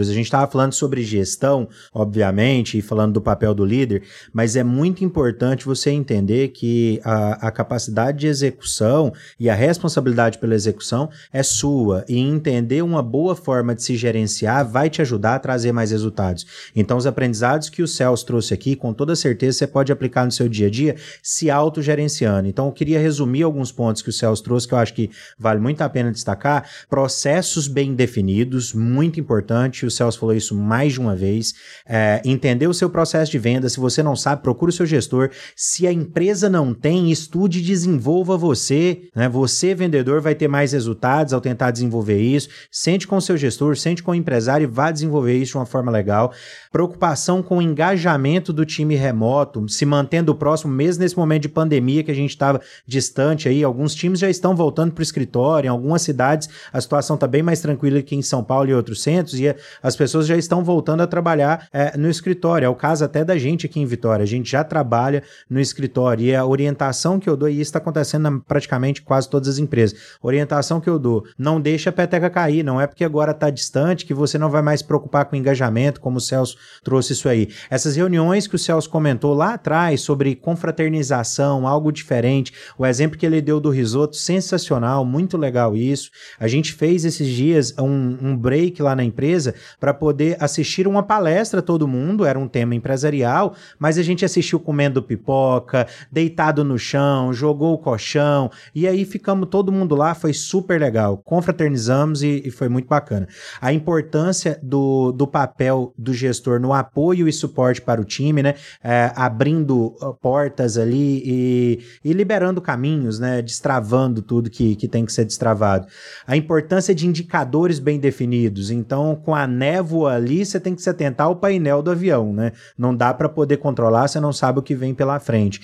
S1: gestores. A gente estava falando sobre gestão, obviamente, e falando do papel do líder, mas é muito importante você entender que a, a capacidade de execução e a responsabilidade pela execução é sua, e entender uma boa forma de se gerenciar vai te ajudar a trazer mais resultados. Então, os aprendizados que o Celso trouxe aqui, com toda certeza você pode aplicar no seu dia a dia, se autogerenciando. Então, eu queria resumir alguns pontos que o Celso trouxe, que eu acho que vale muito a pena destacar. Processos bem definidos, muito importante, o Celso falou isso mais de uma vez. É, entender o seu processo de venda, se você não sabe, procure o seu gestor. Se a empresa não tem, estude e desenvolva você, né? Você, vendedor, vai ter mais resultados ao tentar desenvolver isso. Sente com o seu gestor, sente com o empresário e vá desenvolver isso de uma forma legal. Preocupação com o engajamento do time remoto, se mantendo próximo, mesmo nesse momento de pandemia que a gente estava distante aí. Alguns times já estão voltando para o escritório, em algumas cidades a situação está bem mais tranquila que em São Paulo e outros centros, e as pessoas já estão voltando a trabalhar é, no escritório. É o caso até da gente aqui em Vitória, a gente já trabalha no escritório, e a orientação que eu dou, e isso está acontecendo em praticamente quase todas as empresas, a orientação que eu dou, não deixa a peteca cair, não é porque agora está distante que você não vai mais se preocupar com engajamento, como o Celso trouxe isso aí. Essas reuniões que o Celso comentou lá atrás sobre confraternização, algo diferente, o exemplo que ele deu do risoto, sensacional, muito legal isso. A gente fez esses dias um, um break lá na empresa para poder assistir uma palestra todo mundo, era um tema empresarial, mas a gente assistiu comendo pipoca, deitado no chão, jogou o colchão, e aí ficamos todo mundo lá, foi super legal, confraternizamos e, e foi muito bacana. A importância do, do papel do gestor no apoio e suporte para o time, né, é, abrindo portas ali e, e liberando caminhos, né, destravando tudo que, que tem que ser destravado. A importância de indicadores bem definidos, então com a névoa ali você tem que se atentar ao painel do avião, né, não dá para poder controlar, você não sabe o que vem pela frente.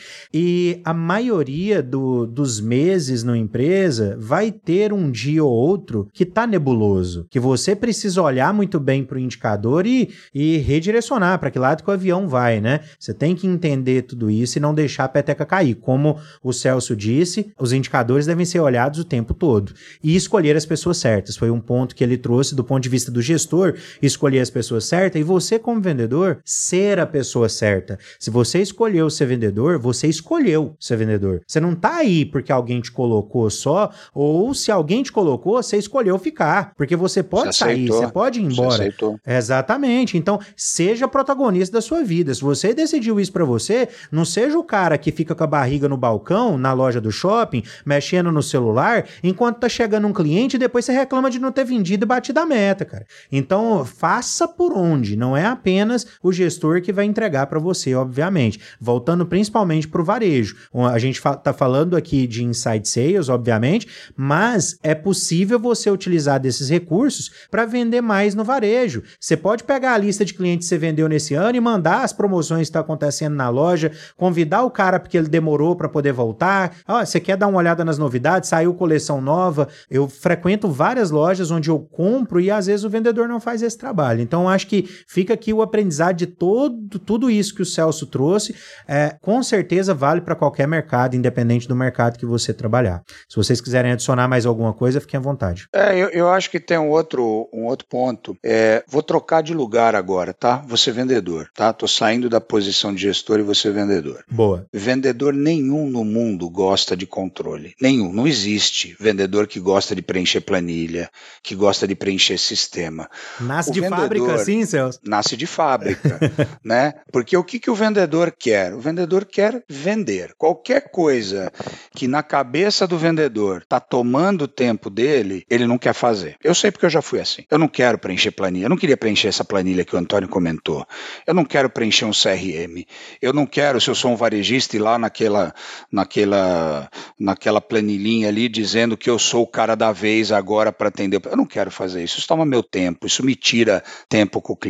S1: E a maioria do, dos meses na empresa vai ter um dia ou outro que tá nebuloso, que você precisa olhar muito bem para o indicador e, e redirecionar para que lado que o avião vai, né? Você tem que entender tudo isso e não deixar a peteca cair. Como o Celso disse, os indicadores devem ser olhados o tempo todo. E escolher as pessoas certas. Foi um ponto que ele trouxe do ponto de vista do gestor, escolher as pessoas certas, e você como vendedor, ser a pessoa certa. Se você escolheu ser vendedor, você escolheu ser vendedor. Você não tá aí porque alguém te colocou só, ou se alguém te colocou, você escolheu ficar. Porque você pode
S2: você
S1: sair,
S2: aceitou.
S1: você pode ir embora.
S2: Você aceitou.
S1: Exatamente. Então, seja protagonista da sua vida. Se você decidiu isso pra você, não seja o cara que fica com a barriga no balcão, na loja do shopping, mexendo no celular, enquanto tá chegando um cliente e depois você reclama de não ter vendido e batido a meta, cara. Então, faça por onde. Não é apenas o gestor que vai entregar pra você, obviamente. Voltando principalmente pro varejo. A gente fa- tá falando aqui de inside sales, obviamente, mas é possível você utilizar desses recursos para vender mais no varejo. Você pode pegar a lista de clientes que você vendeu nesse ano e mandar as promoções que estão acontecendo na loja, convidar o cara porque ele demorou para poder voltar. Ah, você quer dar uma olhada nas novidades? Saiu coleção nova. Eu frequento várias lojas onde eu compro e às vezes o vendedor não faz esse trabalho. Então, acho que fica aqui o aprendizado de todo, tudo isso que o Celso trouxe. É, com certeza vale para qualquer mercado, independente do mercado que você trabalhar. Se vocês quiserem adicionar mais alguma coisa, fiquem à vontade.
S2: É, eu, eu acho que tem um outro, um outro ponto. É, vou trocar de lugar agora, tá? Você vendedor, tá? Tô saindo da posição de gestor e você vendedor.
S1: Boa.
S2: Vendedor nenhum no mundo gosta de controle. Nenhum. Não existe vendedor que gosta de preencher planilha, que gosta de preencher sistema.
S1: Nasce
S2: O
S1: de
S2: vendedor
S1: fábrica assim, Celso?
S2: Nasce de fábrica, né? Porque o que, que o vendedor quer? O vendedor quer vender. Qualquer coisa que na cabeça do vendedor tá tomando o tempo dele, ele não quer fazer. Eu sei porque eu já fui assim. Eu não quero preencher planilha. Eu não queria preencher essa planilha que o Antônio comentou. Eu não quero preencher um C R M. Eu não quero, se eu sou um varejista, ir lá naquela, naquela, naquela planilhinha ali dizendo que eu sou o cara da vez agora para atender. Eu não quero fazer isso. Isso toma meu tempo. Isso me tira tempo com o cliente.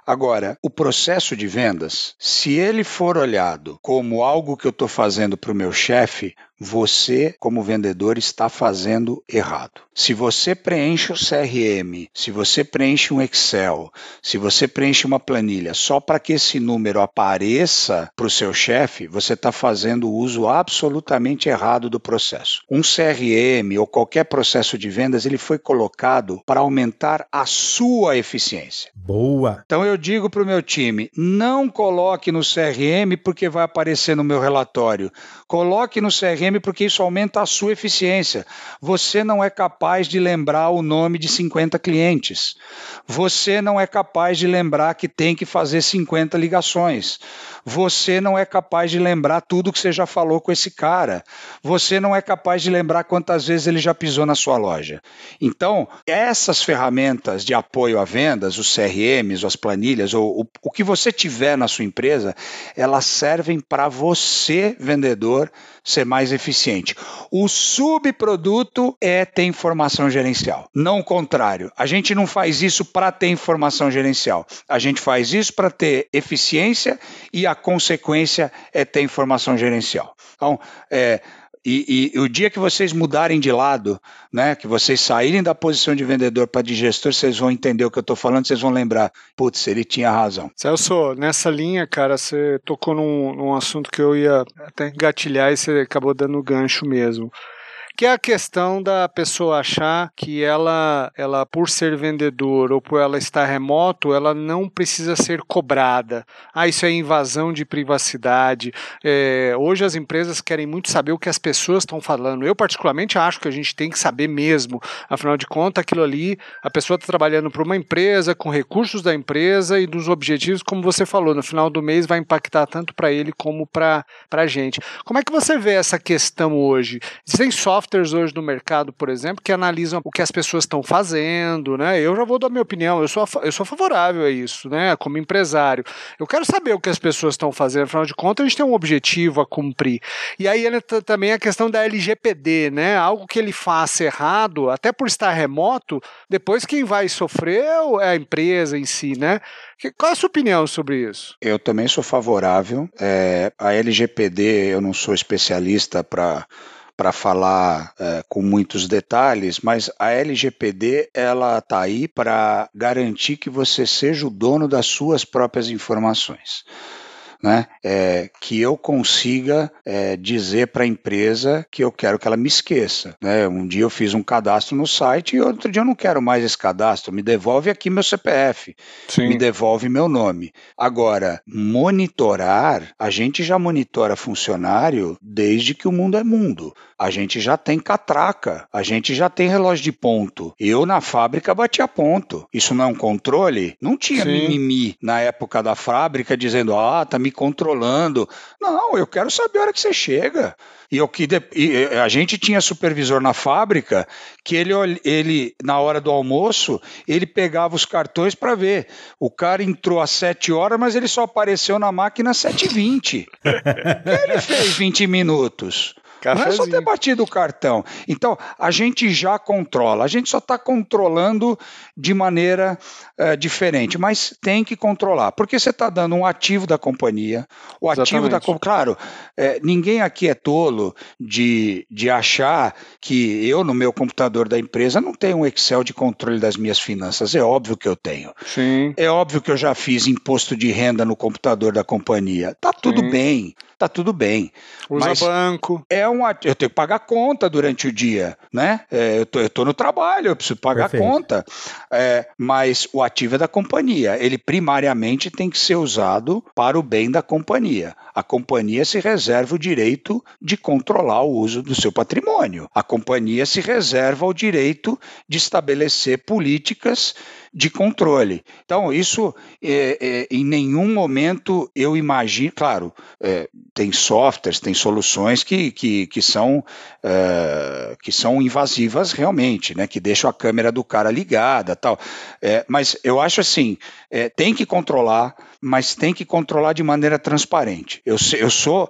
S2: Agora, o processo de vendas, se ele for olhado como algo que eu estou fazendo para o meu chefe, você, como vendedor, está fazendo errado. Se você preenche o C R M, se você preenche um Excel, se você preenche uma planilha só para que esse número apareça para o seu chefe, você está fazendo o uso absolutamente errado do processo. Um C R M ou qualquer processo de vendas, ele foi colocado para aumentar a sua eficiência.
S1: Boa!
S2: Então eu digo para o meu time, não coloque no C R M porque vai aparecer no meu relatório. Coloque no C R M porque isso aumenta a sua eficiência. Você não é capaz de lembrar o nome de cinquenta clientes. Você não é capaz de lembrar que tem que fazer cinquenta ligações. Você não é capaz de lembrar tudo que você já falou com esse cara. Você não é capaz de lembrar quantas vezes ele já pisou na sua loja. Então, essas ferramentas de apoio a vendas, os C R Ms, as planilhas, ou o, o que você tiver na sua empresa, elas servem para você, vendedor, ser mais eficiente. O subproduto é ter informação gerencial, não o contrário. A gente não faz isso para ter informação gerencial. A gente faz isso para ter eficiência e a consequência é ter informação gerencial. Então, é... E, e o dia que vocês mudarem de lado, né, que vocês saírem da posição de vendedor para de gestor, vocês vão entender o que eu estou falando, vocês vão lembrar, putz, ele tinha razão.
S3: Celso, nessa linha, cara, você tocou num, num assunto que eu ia até engatilhar e você acabou dando gancho mesmo. Que é a questão da pessoa achar que ela, ela, por ser vendedor ou por ela estar remoto, ela não precisa ser cobrada. Ah, isso é invasão de privacidade. É, hoje as empresas querem muito saber o que as pessoas estão falando. Eu, particularmente, acho que a gente tem que saber mesmo. Afinal de contas, aquilo ali, a pessoa está trabalhando para uma empresa, com recursos da empresa e dos objetivos, como você falou, no final do mês vai impactar tanto para ele como para a gente. Como é que você vê essa questão hoje? Existem softwares hoje no mercado, por exemplo, que analisam o que as pessoas estão fazendo, né? Eu já vou dar minha opinião, eu sou, eu sou favorável a isso, né? Como empresário. Eu quero saber o que as pessoas estão fazendo, afinal de contas, a gente tem um objetivo a cumprir. E aí ele tá, também a questão da L G P D, né? Algo que ele faça errado, até por estar remoto, depois quem vai sofrer é a empresa em si, né? Qual é a sua opinião sobre isso?
S2: Eu também sou favorável. É, a L G P D, eu não sou especialista para para falar é, com muitos detalhes, mas a L G P D ela está aí para garantir que você seja o dono das suas próprias informações. Né, é, que eu consiga é, dizer para a empresa que eu quero que ela me esqueça. Né? Um dia eu fiz um cadastro no site e outro dia eu não quero mais esse cadastro, me devolve aqui meu C P F, Sim. me devolve meu nome. Agora, monitorar, a gente já monitora funcionário desde que o mundo é mundo. A gente já tem catraca, a gente já tem relógio de ponto. Eu na fábrica batia ponto. Isso não é um controle? Não tinha Sim. mimimi na época da fábrica dizendo, ah, tá me controlando. Não, eu quero saber a hora que você chega. E, eu, que de, e a gente tinha supervisor na fábrica que ele, ele, na hora do almoço, ele pegava os cartões para ver. O cara entrou às sete horas, mas ele só apareceu na máquina às sete e vinte. Ele fez vinte minutos. Cafézinho. Não é só ter batido o cartão. Então, a gente já controla. A gente só está controlando de maneira é, diferente, mas tem que controlar. Porque você está dando um ativo da companhia. O Exatamente. ativo da companhia... Claro, é, ninguém aqui é tolo de, de achar que eu, no meu computador da empresa, não tenho um Excel de controle das minhas finanças. É óbvio que eu tenho.
S3: Sim.
S2: É óbvio que eu já fiz imposto de renda no computador da companhia. Tá tudo Sim. bem. Tá tudo bem.
S3: Usa
S2: mas
S3: banco.
S2: É um, eu tenho que pagar conta durante o dia, né? É, eu, tô, eu tô no trabalho, eu preciso pagar Perfeito. conta. É, mas o ativo é da companhia. Ele primariamente tem que ser usado para o bem da companhia. A companhia se reserva o direito de controlar o uso do seu patrimônio. A companhia se reserva o direito de estabelecer políticas de controle. Então, isso é, é, em nenhum momento eu imagino, claro, é, tem softwares, tem soluções que, que, que, são, é, que são invasivas realmente, né, que deixam a câmera do cara ligada, tal. É, mas eu acho assim, é, tem que controlar, mas tem que controlar de maneira transparente. Eu, eu sou,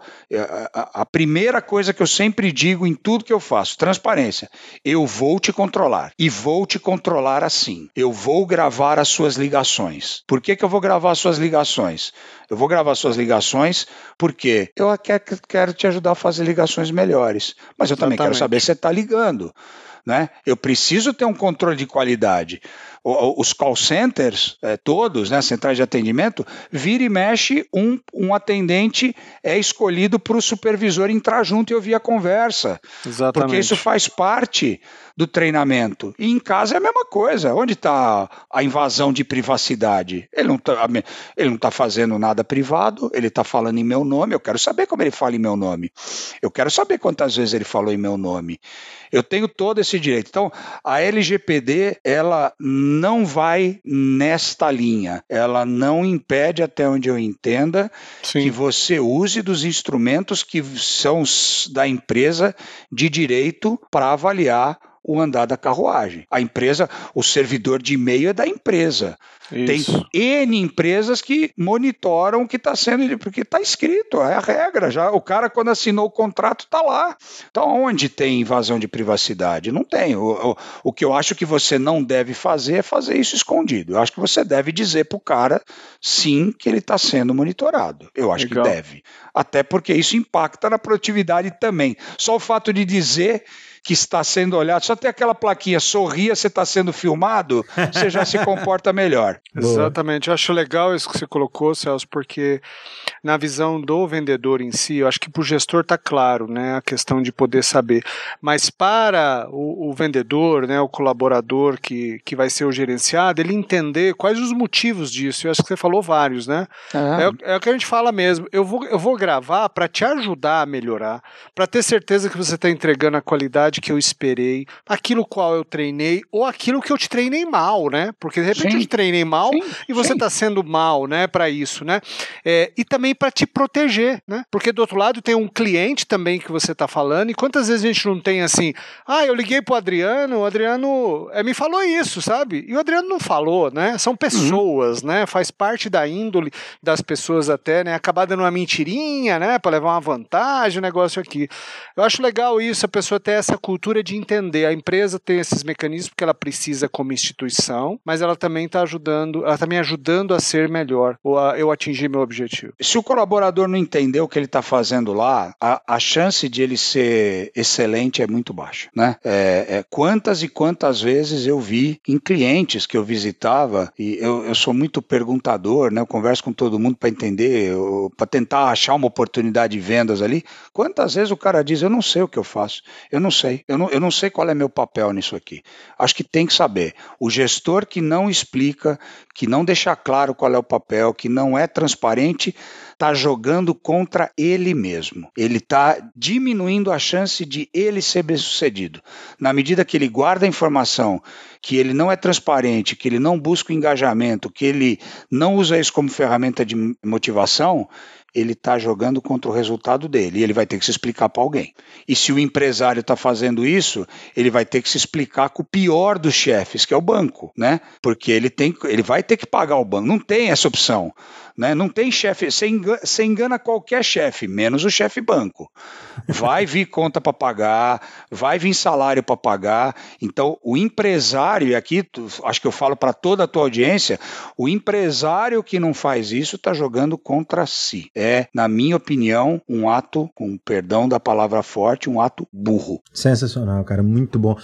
S2: a, a primeira coisa que eu sempre digo em tudo que eu faço, transparência. Eu vou te controlar e vou te controlar assim. Eu vou gravar as suas ligações. Por que que eu vou gravar as suas ligações? Eu vou gravar as suas ligações porque eu quero, quero te ajudar a fazer ligações melhores, mas eu também Exatamente. Quero saber se você está ligando. Né? Eu preciso ter um controle de qualidade. Os call centers, é, todos, né, centrais de atendimento, vira e mexe, um, um atendente é escolhido para o supervisor entrar junto e ouvir a conversa. Exatamente. Porque isso faz parte do treinamento. E em casa é a mesma coisa. Onde está a invasão de privacidade? Ele não está ele não tá fazendo nada privado, ele está falando em meu nome, eu quero saber como ele fala em meu nome. Eu quero saber quantas vezes ele falou em meu nome. Eu tenho todo esse direito. Então, a L G P D, ela não vai nesta linha. Ela não impede, até onde eu entenda, Sim. que você use dos instrumentos que são da empresa de direito para avaliar o andar da carruagem. A empresa, o servidor de e-mail é da empresa. Isso. Tem N empresas que monitoram o que está sendo, porque está escrito, é a regra. Já, o cara, quando assinou o contrato, está lá. Então, onde tem invasão de privacidade? Não tem. O, o, o que eu acho que você não deve fazer é fazer isso escondido. Eu acho que você deve dizer para o cara, sim, que ele está sendo monitorado. Eu acho Legal. Que deve. Até porque isso impacta na produtividade também. Só o fato de dizer que está sendo olhado, só tem aquela plaquinha, sorria, você está sendo filmado, você já se comporta melhor.
S3: Exatamente, eu acho legal isso que você colocou, Celso, porque na visão do vendedor em si, eu acho que para o gestor está claro, né, a questão de poder saber, mas para o, o vendedor, né, o colaborador que, que vai ser o gerenciado, ele entender quais os motivos disso, eu acho que você falou vários, né, é, é, é o que a gente fala mesmo, eu vou, eu vou gravar para te ajudar a melhorar, para ter certeza que você está entregando a qualidade que eu esperei, aquilo qual eu treinei, ou aquilo que eu te treinei mal, né? Porque de repente sim, eu te treinei mal sim, e você está sendo mal, né? Para isso, né? É, e também para te proteger, né? Porque do outro lado tem um cliente também que você está falando, e quantas vezes a gente não tem assim, ah, eu liguei pro Adriano, o Adriano é, me falou isso, sabe? E o Adriano não falou, né? São pessoas, uhum. né? Faz parte da índole das pessoas até, né? Acabar dando uma mentirinha, né? Para levar uma vantagem, o negócio aqui. Eu acho legal isso, a pessoa ter essa cultura de entender, a empresa tem esses mecanismos porque ela precisa como instituição, mas ela também está ajudando, ela está me ajudando a ser melhor, ou a eu atingir meu objetivo.
S2: Se o colaborador não entender o que ele está fazendo lá, a, a chance de ele ser excelente é muito baixa, né? É, é, quantas e quantas vezes eu vi em clientes que eu visitava, e eu, eu sou muito perguntador, né? Eu converso com todo mundo para entender, para tentar achar uma oportunidade de vendas ali, quantas vezes o cara diz, eu não sei o que eu faço, eu não sei, eu não, eu não sei qual é meu papel nisso aqui. Acho que tem que saber. O gestor que não explica, que não deixa claro qual é o papel, que não é transparente, está jogando contra ele mesmo. Ele está diminuindo a chance de ele ser bem-sucedido. Na medida que ele guarda a informação, que ele não é transparente, que ele não busca o engajamento, que ele não usa isso como ferramenta de motivação, ele está jogando contra o resultado dele e ele vai ter que se explicar para alguém. E se o empresário está fazendo isso, ele vai ter que se explicar com o pior dos chefes, que é o banco, né? Porque ele, tem, ele vai ter que pagar o banco. Não tem essa opção. Né? Não tem chefe, você engana, você engana qualquer chefe, menos o chefe banco. Vai vir conta para pagar, vai vir salário para pagar. Então, o empresário, e aqui acho que eu falo para toda a tua audiência, o empresário que não faz isso está jogando contra si. É, na minha opinião, um ato, com perdão da palavra forte, um ato burro.
S1: Sensacional, cara, muito bom.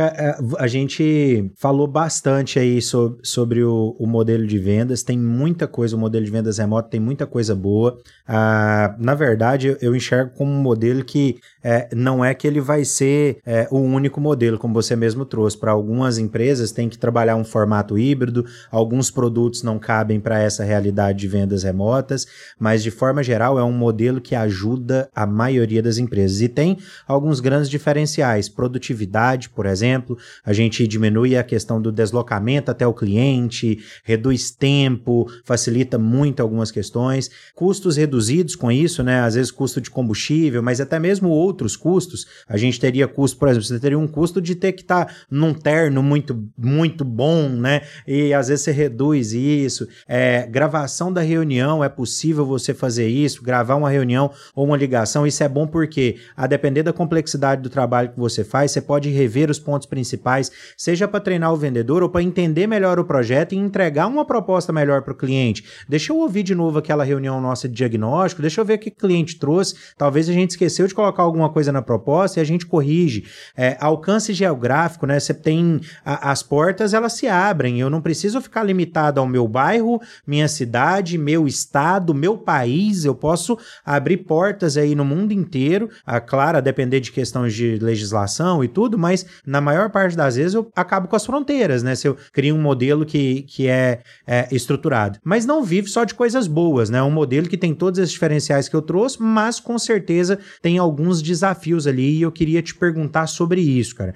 S1: A gente falou bastante aí sobre, sobre o, o modelo de vendas, tem muita coisa, o modelo de vendas remoto tem muita coisa boa. Ah, na verdade, eu, eu enxergo como um modelo que é, não é que ele vai ser é, o único modelo, como você mesmo trouxe. Para algumas empresas tem que trabalhar um formato híbrido, alguns produtos não cabem para essa realidade de vendas remotas, mas de forma geral é um modelo que ajuda a maioria das empresas. E tem alguns grandes diferenciais. Produtividade, por exemplo, a gente diminui a questão do deslocamento até o cliente, reduz tempo, facilita muito muito algumas questões, custos reduzidos com isso, né? Às vezes custo de combustível, mas até mesmo outros custos. A gente teria custo, por exemplo, você teria um custo de ter que estar tá num terno muito, muito bom, né? E às vezes você reduz isso. É, gravação da reunião, é possível você fazer isso, gravar uma reunião ou uma ligação. Isso é bom porque, a depender da complexidade do trabalho que você faz, você pode rever os pontos principais, seja para treinar o vendedor ou para entender melhor o projeto e entregar uma proposta melhor para o cliente. Deixa eu ouvir de novo aquela reunião nossa de diagnóstico, deixa eu ver o que o cliente trouxe, talvez a gente esqueceu de colocar alguma coisa na proposta e a gente corrige. É, alcance geográfico, né? Você tem a, as portas, elas se abrem, eu não preciso ficar limitado ao meu bairro, minha cidade, meu estado, meu país, eu posso abrir portas aí no mundo inteiro, a, claro, a depender de questões de legislação e tudo, mas na maior parte das vezes eu acabo com as fronteiras, né? Se eu crio um modelo que, que é, é estruturado. Mas não vive só de coisas boas, né? Um modelo que tem todos esses diferenciais que eu trouxe, mas com certeza tem alguns desafios ali e eu queria te perguntar sobre isso, cara.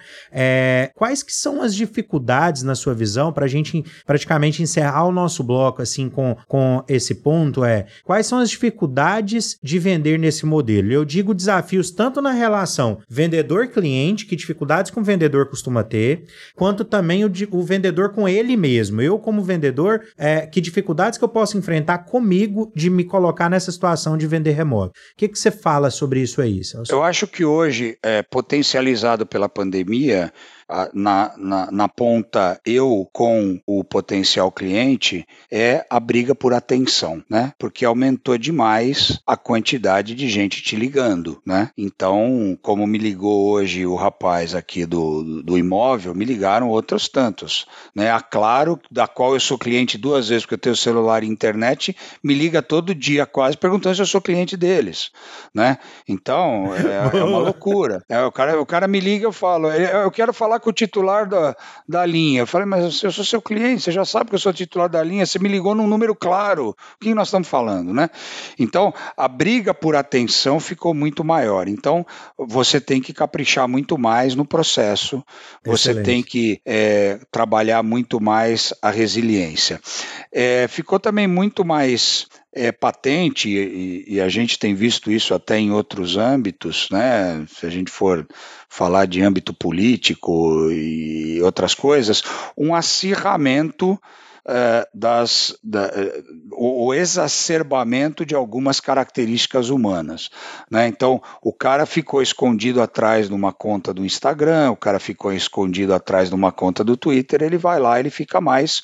S1: É, quais que são as dificuldades, na sua visão, para a gente praticamente encerrar o nosso bloco assim com, com esse ponto, é quais são as dificuldades de vender nesse modelo? Eu digo desafios tanto na relação vendedor-cliente, que dificuldades que o vendedor costuma ter, quanto também o, o vendedor com ele mesmo. Eu, como vendedor, é, que dificuldades que eu posso enfrentar comigo de me colocar nessa situação de vender remoto? O que, que você fala sobre isso aí, Celso?
S2: Eu acho que hoje, é, potencializado pela pandemia, Na, na, na ponta eu com o potencial cliente, é a briga por atenção, né? Porque aumentou demais a quantidade de gente te ligando, né? Então, como me ligou hoje o rapaz aqui do, do imóvel, me ligaram outros tantos, né? A Claro, da qual eu sou cliente duas vezes, porque eu tenho celular e internet, me liga todo dia quase perguntando se eu sou cliente deles, né? Então, é, é uma loucura. É, o, cara, o cara me liga, eu falo, eu quero falar com o titular da, da linha. Eu falei, mas eu sou seu cliente, você já sabe que eu sou titular da linha, você me ligou num número claro. O que nós estamos falando, né? Então, a briga por atenção ficou muito maior. Então, você tem que caprichar muito mais no processo, você
S1: Excelente.
S2: tem que é, trabalhar muito mais a resiliência. É, ficou também muito mais... É patente, e, e a gente tem visto isso até em outros âmbitos, né? Se a gente for falar de âmbito político e outras coisas, um acirramento uh, das, da, uh, o, o exacerbamento de algumas características humanas, né? Então, o cara ficou escondido atrás de uma conta do Instagram, o cara ficou escondido atrás de uma conta do Twitter, ele vai lá, ele fica mais,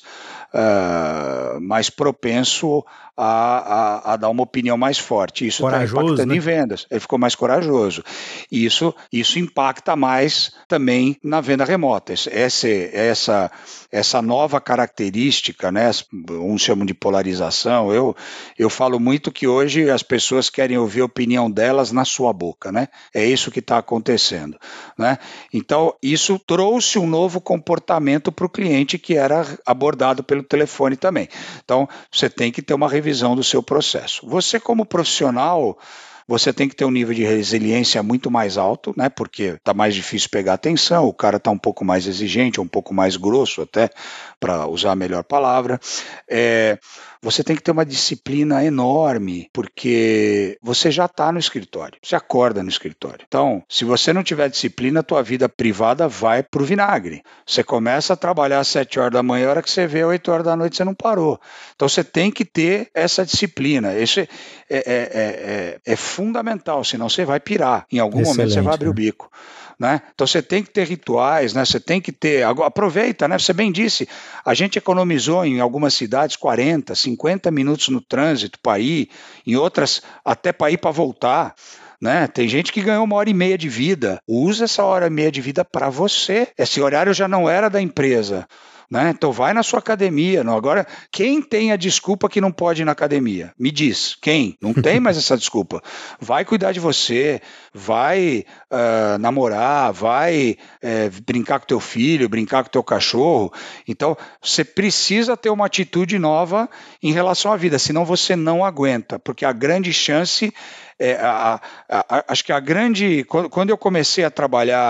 S2: uh, mais propenso A, a, a dar uma opinião mais forte. Isso está impactando, né, em vendas. Ele ficou mais corajoso. Isso, isso impacta mais também na venda remota. Essa, essa, essa nova característica, né, uns chamam de polarização, eu, eu falo muito que hoje as pessoas querem ouvir a opinião delas na sua boca, né? É isso que está acontecendo, né? Então, isso trouxe um novo comportamento para o cliente que era abordado pelo telefone também. Então, você tem que ter uma revisão visão do seu processo. Você, como profissional, você tem que ter um nível de resiliência muito mais alto, né? Porque está mais difícil pegar atenção, o cara está um pouco mais exigente, um pouco mais grosso até, para usar a melhor palavra. É, você tem que ter uma disciplina enorme, porque você já está no escritório, você acorda no escritório. Então, se você não tiver disciplina, a tua vida privada vai para o vinagre. Você começa a trabalhar às sete horas da manhã, a hora que você vê, oito horas da noite, você não parou. Então, você tem que ter essa disciplina. Isso é, é, é, é, é fundamental, senão você vai pirar. Em algum
S1: Excelente,
S2: momento você vai abrir, né, o bico. Né? Então você tem que ter rituais, né? Você tem que ter, aproveita, né? Você bem disse, a gente economizou em algumas cidades quarenta, cinquenta minutos no trânsito para ir, em outras até para ir para voltar, né? Tem gente que ganhou uma hora e meia de vida, usa essa hora e meia de vida para você, esse horário já não era da empresa, né? Então vai na sua academia. Não. Agora, quem tem a desculpa que não pode ir na academia? Me diz, quem? Não tem mais essa desculpa. Vai cuidar de você, vai uh, namorar, vai uh, brincar com teu filho, brincar com teu cachorro. Então, você precisa ter uma atitude nova em relação à vida, senão você não aguenta, porque a grande chance... É, a, a, a, acho que a grande... Quando, quando eu comecei a trabalhar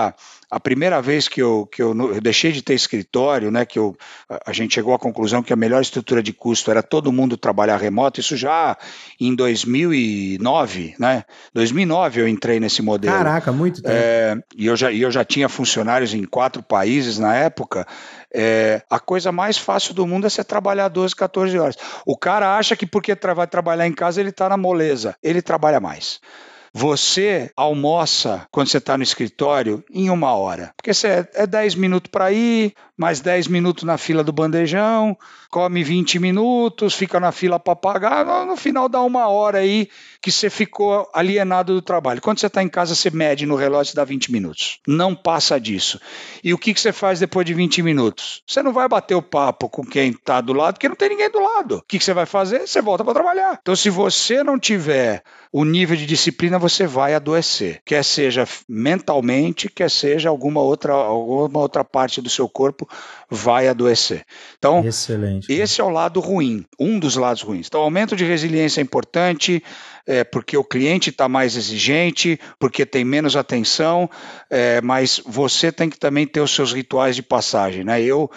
S2: A primeira vez que eu, que eu, eu deixei de ter escritório, né, que eu, a gente chegou à conclusão que a melhor estrutura de custo era todo mundo trabalhar remoto, isso já em dois mil e nove, né? dois mil e nove eu entrei nesse modelo.
S1: Caraca, muito tempo.
S2: É, e eu já, eu já tinha funcionários em quatro países na época. É, a coisa mais fácil do mundo é você trabalhar doze, catorze horas. O cara acha que porque tra- vai trabalhar em casa ele está na moleza. Ele trabalha mais. Você almoça, quando você está no escritório, em uma hora. Porque você é, é dez minutos para ir, mais dez minutos na fila do bandejão, come vinte minutos, fica na fila para pagar, no, no final dá uma hora aí que você ficou alienado do trabalho. Quando você está em casa, você mede no relógio e dá vinte minutos. Não passa disso. E o que, que você faz depois de vinte minutos? Você não vai bater o papo com quem está do lado, porque não tem ninguém do lado. O que, que você vai fazer? Você volta para trabalhar. Então, se você não tiver o nível de disciplina, você vai adoecer. Quer seja mentalmente, quer seja alguma outra, alguma outra parte do seu corpo vai adoecer. Então,
S1: excelente,
S2: esse é o lado ruim, um dos lados ruins. Então, aumento de resiliência é importante, é, porque o cliente está mais exigente, porque tem menos atenção, é, mas você tem que também ter os seus rituais de passagem, né? Eu,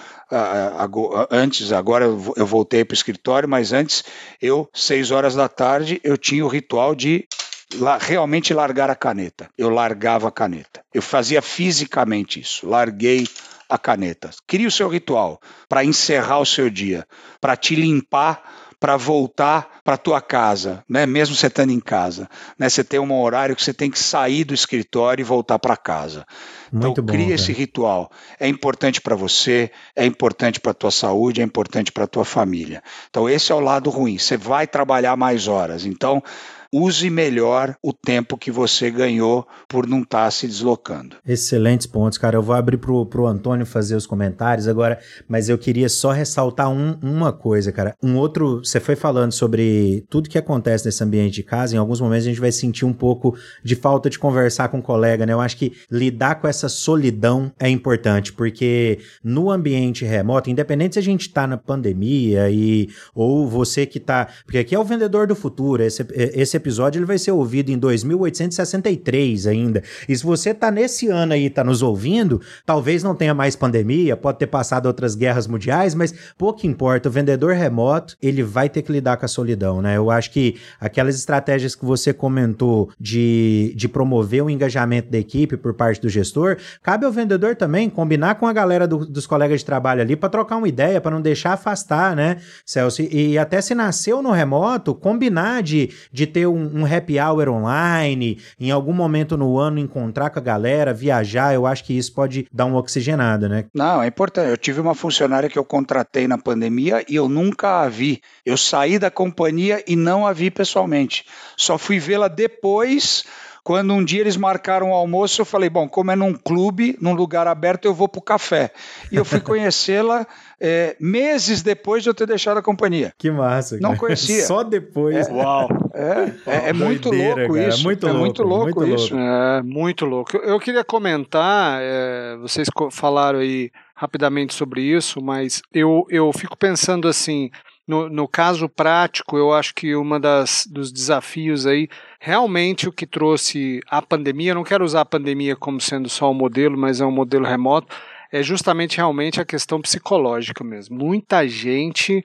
S2: agora, antes, agora eu voltei para o escritório, mas antes, eu, seis horas da tarde, eu tinha o ritual de La, realmente largar a caneta. Eu largava a caneta. Eu fazia fisicamente isso. Larguei a caneta. Crie o seu ritual para encerrar o seu dia, para te limpar, para voltar para a tua casa, né? Mesmo você estando em casa. Né? Você tem um horário que você tem que sair do escritório e voltar para casa.
S1: Muito
S2: então,
S1: bom,
S2: cria
S1: cara.
S2: esse ritual. É importante para você, é importante para a tua saúde, é importante para a tua família. Então, esse é o lado ruim. Você vai trabalhar mais horas. Então, use melhor o tempo que você ganhou por não estar se deslocando.
S1: Excelentes pontos, cara. Eu vou abrir pro, pro Antônio fazer os comentários agora, mas eu queria só ressaltar um, uma coisa, cara. Um outro, você foi falando sobre tudo que acontece nesse ambiente de casa, em alguns momentos a gente vai sentir um pouco de falta de conversar com um colega, né? Eu acho que lidar com essa solidão é importante, porque no ambiente remoto, independente se a gente tá na pandemia e, ou você que tá... Porque aqui é o vendedor do futuro, esse, esse episódio ele vai ser ouvido em dois mil oitocentos e sessenta e três ainda. E se você tá nesse ano aí, tá nos ouvindo, talvez não tenha mais pandemia, pode ter passado outras guerras mundiais, mas pouco importa, o vendedor remoto, ele vai ter que lidar com a solidão, né? Eu acho que aquelas estratégias que você comentou de, de promover o engajamento da equipe por parte do gestor, cabe ao vendedor também combinar com a galera do, dos colegas de trabalho ali para trocar uma ideia, para não deixar afastar, né, Celso? E, e até se nasceu no remoto, combinar de, de ter um, um happy hour online, em algum momento no ano encontrar com a galera, viajar, eu acho que isso pode dar uma oxigenada, né?
S2: Não, é importante. Eu tive uma funcionária que eu contratei na pandemia e eu nunca a vi. Eu saí da companhia e não a vi pessoalmente. Só fui vê-la depois... Quando um dia eles marcaram o almoço, eu falei, bom, como é num clube, num lugar aberto, eu vou pro café. E eu fui conhecê-la é, meses depois de eu ter deixado a companhia.
S1: Que massa, cara.
S2: Não conhecia.
S1: Só depois.
S2: É, Uau. É, é, é muito
S1: Doideira,
S2: louco
S1: cara.
S2: isso.
S1: Muito
S2: é
S1: louco,
S2: muito louco
S1: muito
S2: isso.
S1: louco.
S3: É, muito louco. Eu, eu queria comentar, é, vocês falaram aí rapidamente sobre isso, mas eu, eu fico pensando assim... No, no caso prático, eu acho que uma das dos desafios aí, realmente o que trouxe a pandemia, eu não quero usar a pandemia como sendo só um modelo, mas é um modelo remoto, é justamente realmente a questão psicológica mesmo. Muita gente,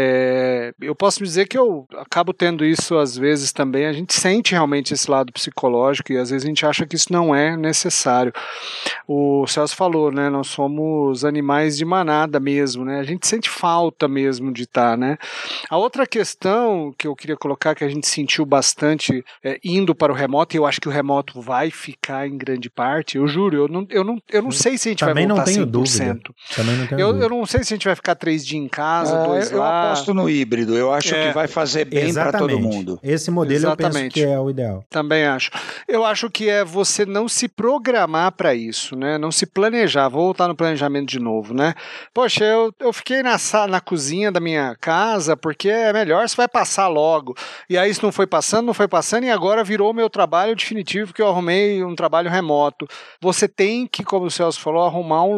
S3: é, eu posso dizer que eu acabo tendo isso às vezes também, a gente sente realmente esse lado psicológico e às vezes a gente acha que isso não é necessário. O Celso falou, né, nós somos animais de manada mesmo, né, a gente sente falta mesmo de estar, né. A outra questão que eu queria colocar, que a gente sentiu bastante é, indo para o remoto, e eu acho que o remoto vai ficar em grande parte, eu juro, eu não, eu não, eu não sei se a gente
S1: Também
S3: vai voltar
S1: não tenho
S3: cem por cento.
S1: dúvida. Também não tenho
S3: eu,
S1: dúvida.
S3: eu não sei se a gente vai ficar três dias em casa,
S2: Ah,
S3: dois
S2: eu
S3: lá.
S2: Eu aposto no híbrido, eu acho
S3: É.
S2: que vai fazer bem para todo mundo.
S1: Esse modelo
S3: Exatamente.
S1: eu penso que é o ideal.
S3: Também acho. Eu acho que é você não se programar para isso, né? Não se planejar. Vou voltar no planejamento de novo, né? Poxa, eu, eu fiquei na, na cozinha da minha casa porque é melhor, você vai passar logo. E aí isso não foi passando, não foi passando e agora virou o meu trabalho definitivo porque eu arrumei um trabalho remoto. Você tem que, como o Celso falou, arrumar um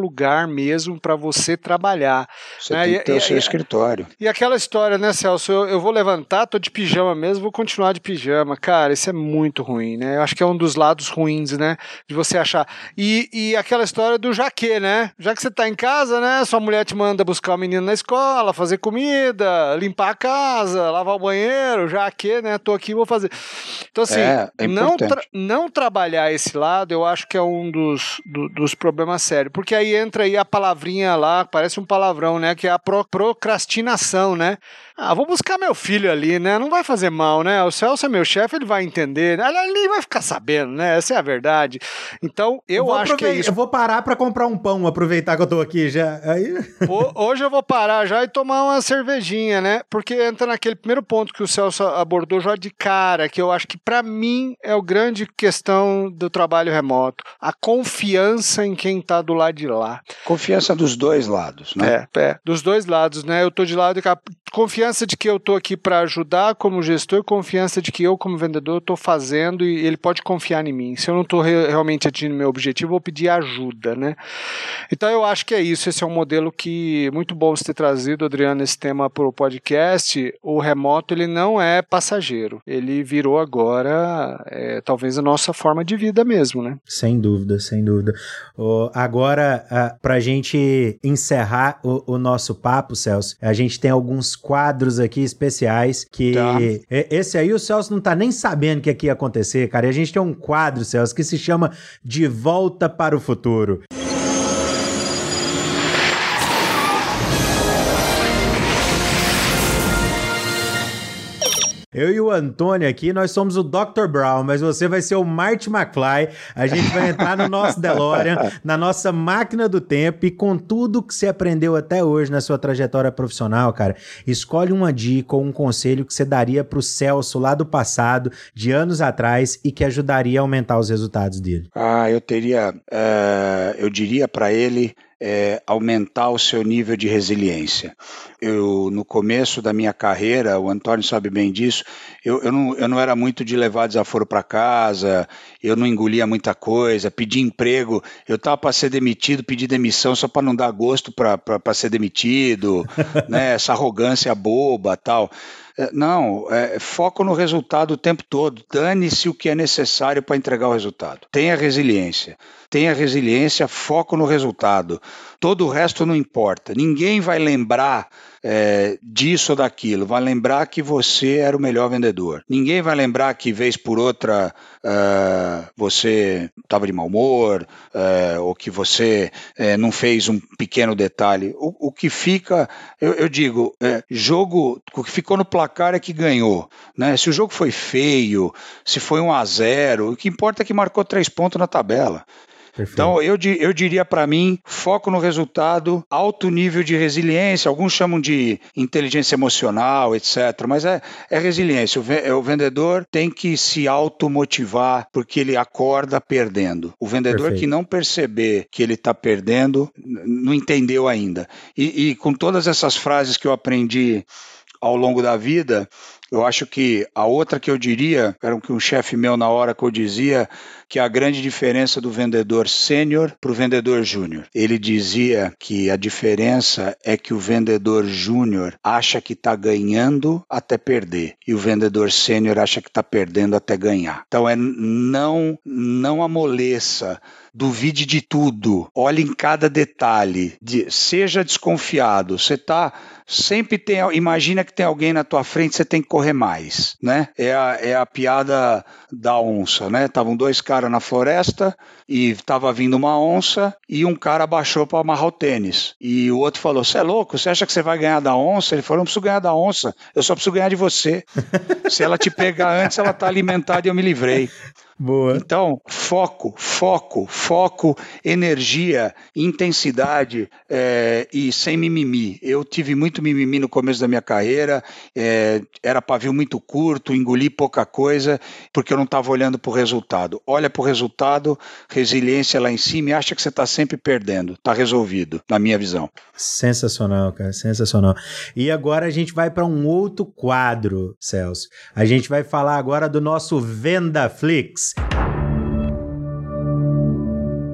S3: lugar mesmo para você trabalhar.
S2: Você
S3: né?
S2: tem
S3: e,
S2: que ter
S3: e,
S2: o seu
S3: e,
S2: escritório.
S3: E aquela história, né, Celso? Eu, eu vou levantar, tô de pijama mesmo, vou continuar de pijama. Cara, isso é muito ruim, né? Eu acho que é um dos lados ruins, né? De você achar. E, e aquela história do jaquê, né? Já que você tá em casa, né? Sua mulher te manda buscar o menino na escola, fazer comida, limpar a casa, lavar o banheiro, jaquê, né? Tô aqui, vou fazer. Então, assim,
S2: É, é
S3: não, tra
S2: importante.
S3: não trabalhar esse lado, eu acho que é um dos, do, dos problemas sérios. Porque aí entra aí a palavrinha lá, parece um palavrão, né? Que é a pro procrastinação, né? Ah, vou buscar meu filho ali, né? Não vai fazer mal, né? O Celso é meu chefe, ele vai entender. Ele vai ficar sabendo, né? Essa é a verdade. Então, eu, eu acho que é isso.
S1: Eu vou parar pra comprar um pão, aproveitar que eu tô aqui já. Aí...
S3: Hoje eu vou parar já e tomar uma cervejinha, né? Porque entra naquele primeiro ponto que o Celso abordou já de cara, que eu acho que pra mim é a grande questão do trabalho remoto. A confiança em quem tá do lado de lá.
S2: Confiança dos dois lados, né?
S3: É, é, dos dois lados, né? Eu tô de lado, confiança de que eu tô aqui para ajudar como gestor, confiança de que eu como vendedor tô fazendo e ele pode confiar em mim. Se eu não tô re realmente atingindo meu objetivo, eu vou pedir ajuda, né? Então eu acho que é isso, esse é um modelo que muito bom você ter trazido, Adriano, esse tema pro podcast. O remoto, ele não é passageiro, ele virou agora é, talvez a nossa forma de vida mesmo, né?
S1: Sem dúvida, sem dúvida. Oh, agora, uh, pra gente encerrar o, o nosso papo, Celso, a gente tem alguns quadros aqui especiais que... Tá. Esse aí o Celso não tá nem sabendo o que aqui ia acontecer, cara. E a gente tem um quadro, Celso, que se chama De Volta para o Futuro. Eu e o Antônio aqui, nós somos o doutor Brown, mas você vai ser o Marty McFly. A gente vai entrar no nosso DeLorean, na nossa máquina do tempo e com tudo que você aprendeu até hoje na sua trajetória profissional, cara, escolhe uma dica ou um conselho que você daria pro Celso lá do passado, de anos atrás, e que ajudaria a aumentar os resultados dele.
S2: Ah, eu teria, uh, eu diria para ele... É, aumentar o seu nível de resiliência. Eu, no começo da minha carreira, o Antônio sabe bem disso, eu, eu, não, eu não era muito de levar desaforo para casa, eu não engolia muita coisa, pedi emprego, eu estava para ser demitido, pedi demissão só para não dar gosto para ser demitido, né, essa arrogância boba tal. Não, é, foco no resultado o tempo todo, dane-se o que é necessário para entregar o resultado. Tenha resiliência, tenha resiliência, foco no resultado. Todo o resto não importa, ninguém vai lembrar é, disso ou daquilo, vai lembrar que você era o melhor vendedor. Ninguém vai lembrar que vez por outra uh, você estava de mau humor, uh, ou que você uh, não fez um pequeno detalhe. O, o que fica, eu, eu digo, é, jogo, o que ficou no placar é que ganhou, né? Se o jogo foi feio, se foi um a zero, o que importa é que marcou três pontos na tabela. Perfeito. Então, eu, eu diria para mim, foco no resultado, alto nível de resiliência, alguns chamam de inteligência emocional, etcétera, mas é, é resiliência. O, o vendedor tem que se automotivar porque ele acorda perdendo. O vendedor Perfeito. Que não perceber que ele está perdendo, não entendeu ainda. E, e com todas essas frases que eu aprendi ao longo da vida, eu acho que a outra que eu diria, era o que um chefe meu na hora que eu dizia, que é a grande diferença do vendedor sênior para o vendedor júnior. Ele dizia que a diferença é que o vendedor júnior acha que está ganhando até perder e o vendedor sênior acha que está perdendo até ganhar. Então é não, não amoleça, duvide de tudo, olhe em cada detalhe, de, seja desconfiado. Você está sempre tem, imagina que tem alguém na tua frente, você tem que correr mais, né? É a, é a piada da onça, né? Estavam dois caras na floresta e estava vindo uma onça e um cara baixou para amarrar o tênis. E o outro falou, você é louco? Você acha que você vai ganhar da onça? Ele falou, não preciso ganhar da onça, eu só preciso ganhar de você. Se ela te pegar antes, ela está alimentada e eu me livrei.
S1: Boa.
S2: Então, foco, foco, foco, energia, intensidade é, e sem mimimi. Eu tive muito mimimi no começo da minha carreira, é, era pavio muito curto, engoli pouca coisa, porque eu não estava olhando para o resultado. Olha para o resultado, resiliência lá em cima e acha que você está sempre perdendo. Está resolvido, na minha visão.
S1: Sensacional, cara, sensacional. E agora a gente vai para um outro quadro, Celso. A gente vai falar agora do nosso VendaFlix.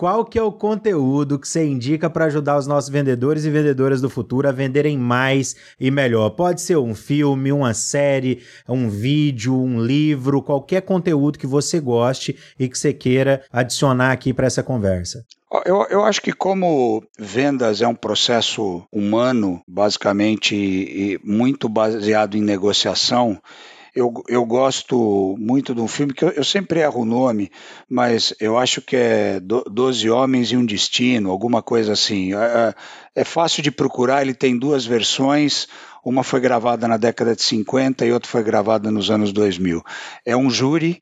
S1: qual que é o conteúdo que você indica para ajudar os nossos vendedores e vendedoras do futuro a venderem mais e melhor? Pode ser um filme, uma série, um vídeo, um livro, qualquer conteúdo que você goste e que você queira adicionar aqui para essa conversa.
S2: Eu, eu acho que como vendas é um processo humano, basicamente, e muito baseado em negociação, eu, eu gosto muito de um filme que eu, eu sempre erro o nome, mas eu acho que é Doze Homens e um Destino, alguma coisa assim. É, é fácil de procurar, ele tem duas versões. Uma foi gravada na década de cinquenta e outra foi gravada nos anos dois mil. É um júri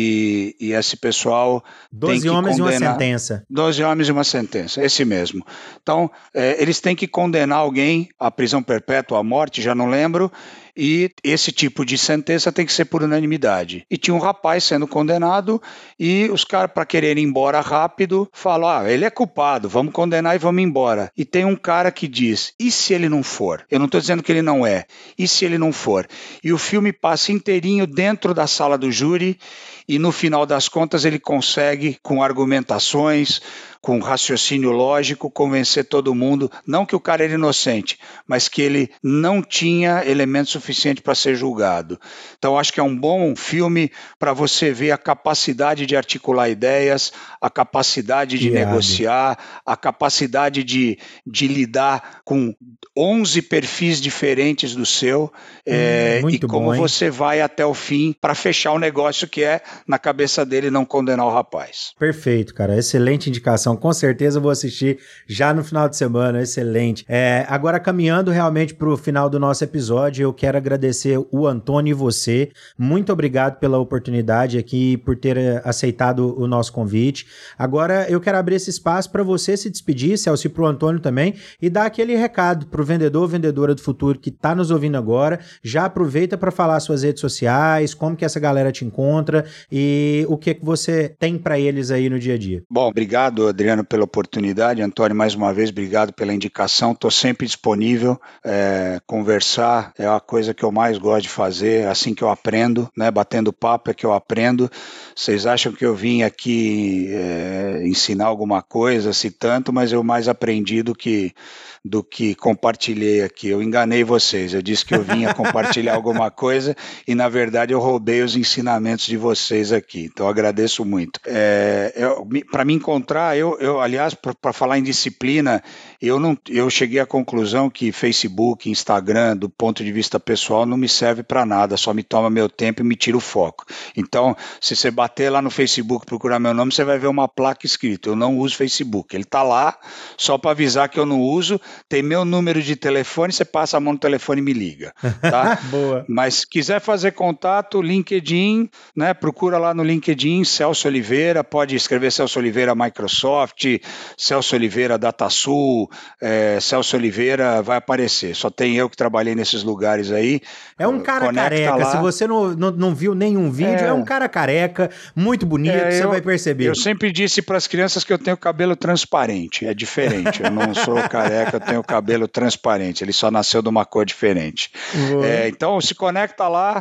S2: e, e esse pessoal tem que
S1: Doze homens
S2: condenar...
S1: e uma sentença.
S2: Doze homens e uma sentença, esse mesmo. Então, é, eles têm que condenar alguém à prisão perpétua, à morte, já não lembro, e esse tipo de sentença tem que ser por unanimidade. E tinha um rapaz sendo condenado e os caras, para quererem ir embora rápido, falam, ah, ele é culpado, vamos condenar e vamos embora. E tem um cara que diz, e se ele não for? Eu não estou dizendo que ele não é, e se ele não for? E o filme passa inteirinho dentro da sala do júri e no final das contas ele consegue, com argumentações, com raciocínio lógico, convencer todo mundo, não que o cara era inocente, mas que ele não tinha elemento suficiente para ser julgado. Então acho que é um bom filme para você ver a capacidade de articular ideias, a capacidade de
S1: Irado.
S2: negociar, a capacidade de, de lidar com onze perfis diferentes do seu, hum, é, e como bom, você vai até o fim para fechar o negócio que é, na cabeça dele, não condenar o rapaz.
S1: Perfeito, cara. Excelente indicação. Com certeza eu vou assistir já no final de semana. Excelente. É, agora, caminhando realmente para o final do nosso episódio, eu quero agradecer o Antônio e você. Muito obrigado pela oportunidade aqui, por ter aceitado o nosso convite. Agora, eu quero abrir esse espaço para você se despedir, Celso, e para o Antônio também, e dar aquele recado para o vendedor ou vendedora do futuro que está nos ouvindo agora. Já aproveita para falar suas redes sociais, como que essa galera te encontra e o que, que você tem para eles aí no dia a dia.
S2: Bom, obrigado, Adriano, pela oportunidade. Antônio, mais uma vez, obrigado pela indicação. Estou sempre disponível. É, conversar é a coisa que eu mais gosto de fazer, assim que eu aprendo, né? Batendo papo é que eu aprendo. Vocês acham que eu vim aqui é, ensinar alguma coisa, se tanto, mas eu mais aprendi do que... do que compartilhei aqui. Eu enganei vocês, eu disse que eu vinha compartilhar alguma coisa e na verdade eu roubei os ensinamentos de vocês aqui, então eu agradeço muito. É, para me encontrar, eu, eu aliás, para falar em disciplina, eu, não, eu cheguei à conclusão que Facebook, Instagram, do ponto de vista pessoal, não me serve para nada, só me toma meu tempo e me tira o foco. Então, se você bater lá no Facebook, procurar meu nome, você vai ver uma placa escrita, eu não uso Facebook, ele está lá só para avisar que eu não uso. Tem meu número de telefone, você passa a mão no telefone e me liga, tá?
S1: Boa.
S2: Mas quiser fazer contato, LinkedIn, né? Procura lá no LinkedIn, Celso Oliveira, pode escrever Celso Oliveira Microsoft, Celso Oliveira DataSul, é, Celso Oliveira vai aparecer, só tem eu que trabalhei nesses lugares aí.
S1: É um cara careca, lá. Se você não, não, não viu nenhum vídeo, é, é um cara careca, muito bonito, é, você
S2: eu,
S1: vai perceber.
S2: Eu sempre disse para as crianças que eu tenho cabelo transparente, é diferente, eu não sou careca, eu tenho cabelo transparente, ele só nasceu de uma cor diferente. É, então se conecta lá,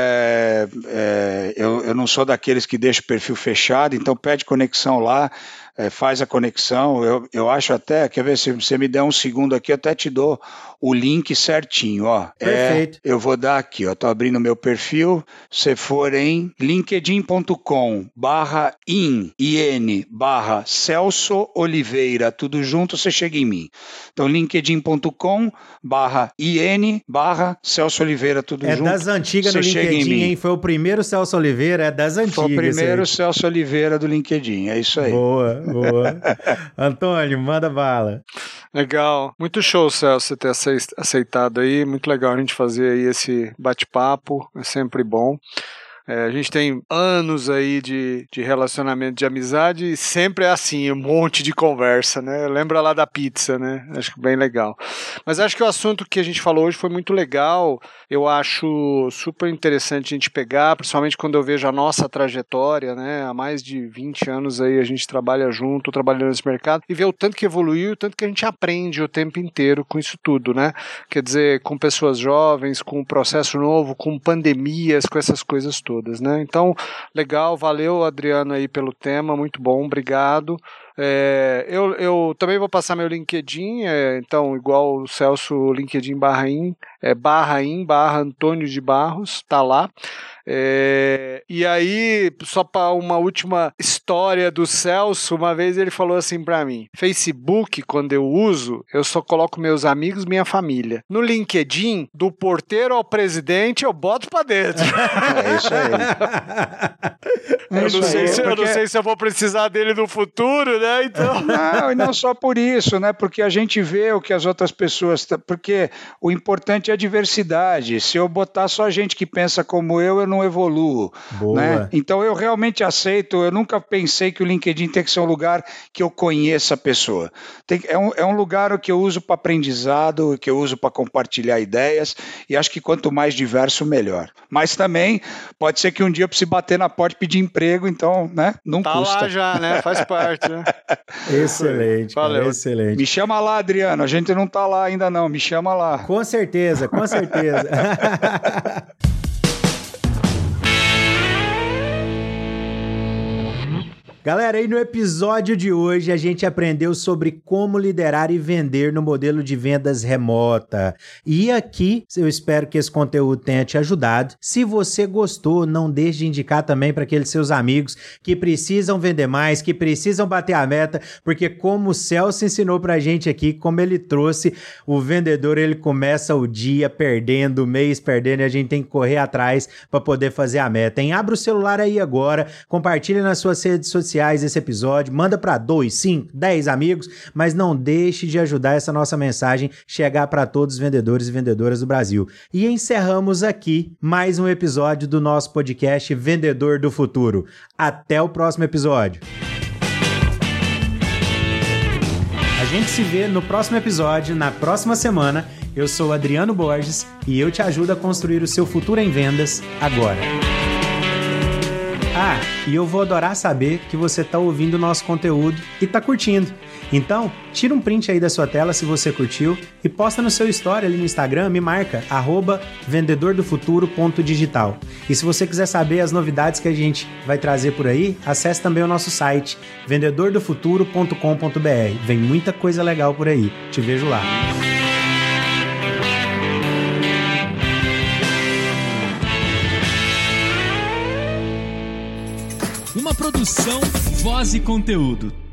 S2: é, é, eu, eu não sou daqueles que deixam o perfil fechado, então pede conexão lá, é, faz a conexão, eu, eu acho até, quer ver, se você me der um segundo aqui, eu até te dou o link certinho, ó.
S1: Perfeito.
S2: É, eu vou dar aqui, ó, tô abrindo meu perfil, se for em linkedin.com barra in, in, barra Celso Oliveira, tudo junto, você chega em mim. Então, linkedin.com barra in, barra Celso Oliveira, tudo
S1: é
S2: junto.
S1: É das antigas no LinkedIn, hein? Foi o primeiro Celso Oliveira, é das antigas.
S2: Foi o primeiro Celso Oliveira do LinkedIn, é isso aí.
S1: Boa, boa. Antônio, manda bala.
S3: Legal. Muito show, Celso, você ter aceitado aí. Muito legal a gente fazer aí esse bate-papo, é sempre bom. É, a gente tem anos aí de, de relacionamento de amizade e sempre é assim, um monte de conversa, né? Lembra lá da pizza, né? Acho que bem legal. Mas acho que o assunto que a gente falou hoje foi muito legal. Eu acho super interessante a gente pegar, principalmente quando eu vejo a nossa trajetória, né? Há mais de vinte anos aí a gente trabalha junto, trabalhando nesse mercado, e ver o tanto que evoluiu, o tanto que a gente aprende o tempo inteiro com isso tudo, né? Quer dizer, com pessoas jovens, com um processo novo, com pandemias, com essas coisas todas. Né? Então, legal, valeu, Adriano, aí pelo tema, muito bom, obrigado. É, eu, eu também vou passar meu LinkedIn, é, então, igual o Celso, LinkedIn barra in, é, barra in, barra Antônio de Barros, tá lá. É, e aí, só para uma última história do Celso, uma vez ele falou assim para mim: Facebook, quando eu uso, eu só coloco meus amigos, minha família. No LinkedIn, do porteiro ao presidente, eu boto para dentro.
S2: É isso aí.
S3: É eu,
S2: isso
S3: não sei
S2: aí,
S3: se,
S2: porque...
S3: eu não sei se eu vou precisar dele no futuro, né? Então...
S2: Não, e não só por isso, né? Porque a gente vê o que as outras pessoas... Porque o importante é a diversidade. Se eu botar só gente que pensa como eu, eu não evoluo.
S1: Boa.
S2: Né? Então eu realmente aceito, eu nunca pensei que o LinkedIn tem que ser um lugar que eu conheça a pessoa. Tem, é, um, é um lugar que eu uso para aprendizado, que eu uso para compartilhar ideias, e acho que quanto mais diverso, melhor. Mas também pode ser que um dia eu precise bater na porta e pedir emprego, então, né? Não
S3: tá
S2: custa.
S3: Tá lá já, né? Faz parte, né?
S1: Excelente,
S3: Valeu.
S1: Cara, excelente.
S2: Me chama lá, Adriano, a gente não tá lá ainda não, me chama lá.
S1: Com certeza, com certeza. Galera, aí no episódio de hoje a gente aprendeu sobre como liderar e vender no modelo de vendas remota. E aqui eu espero que esse conteúdo tenha te ajudado. Se você gostou, não deixe de indicar também para aqueles seus amigos que precisam vender mais, que precisam bater a meta, porque como o Celso ensinou pra gente aqui, como ele trouxe, o vendedor ele começa o dia perdendo, o mês perdendo, e a gente tem que correr atrás para poder fazer a meta. Hein? Abre o celular aí agora, compartilha nas suas redes sociais esse episódio, manda para dois, cinco, dez amigos, mas não deixe de ajudar essa nossa mensagem chegar para todos os vendedores e vendedoras do Brasil. E encerramos aqui mais um episódio do nosso podcast Vendedor do Futuro. Até o próximo episódio. A gente se vê no próximo episódio, na próxima semana. Eu sou Adriano Borges e eu te ajudo a construir o seu futuro em vendas agora. Ah, e eu vou adorar saber que você está ouvindo o nosso conteúdo e está curtindo. Então, tira um print aí da sua tela se você curtiu e posta no seu story ali no Instagram, me marca, arroba vendedor do futuro ponto digital. E se você quiser saber as novidades que a gente vai trazer por aí, acesse também o nosso site, vendedor do futuro ponto com ponto b r. Vem muita coisa legal por aí. Te vejo lá.
S4: Uma produção Voz e Conteúdo.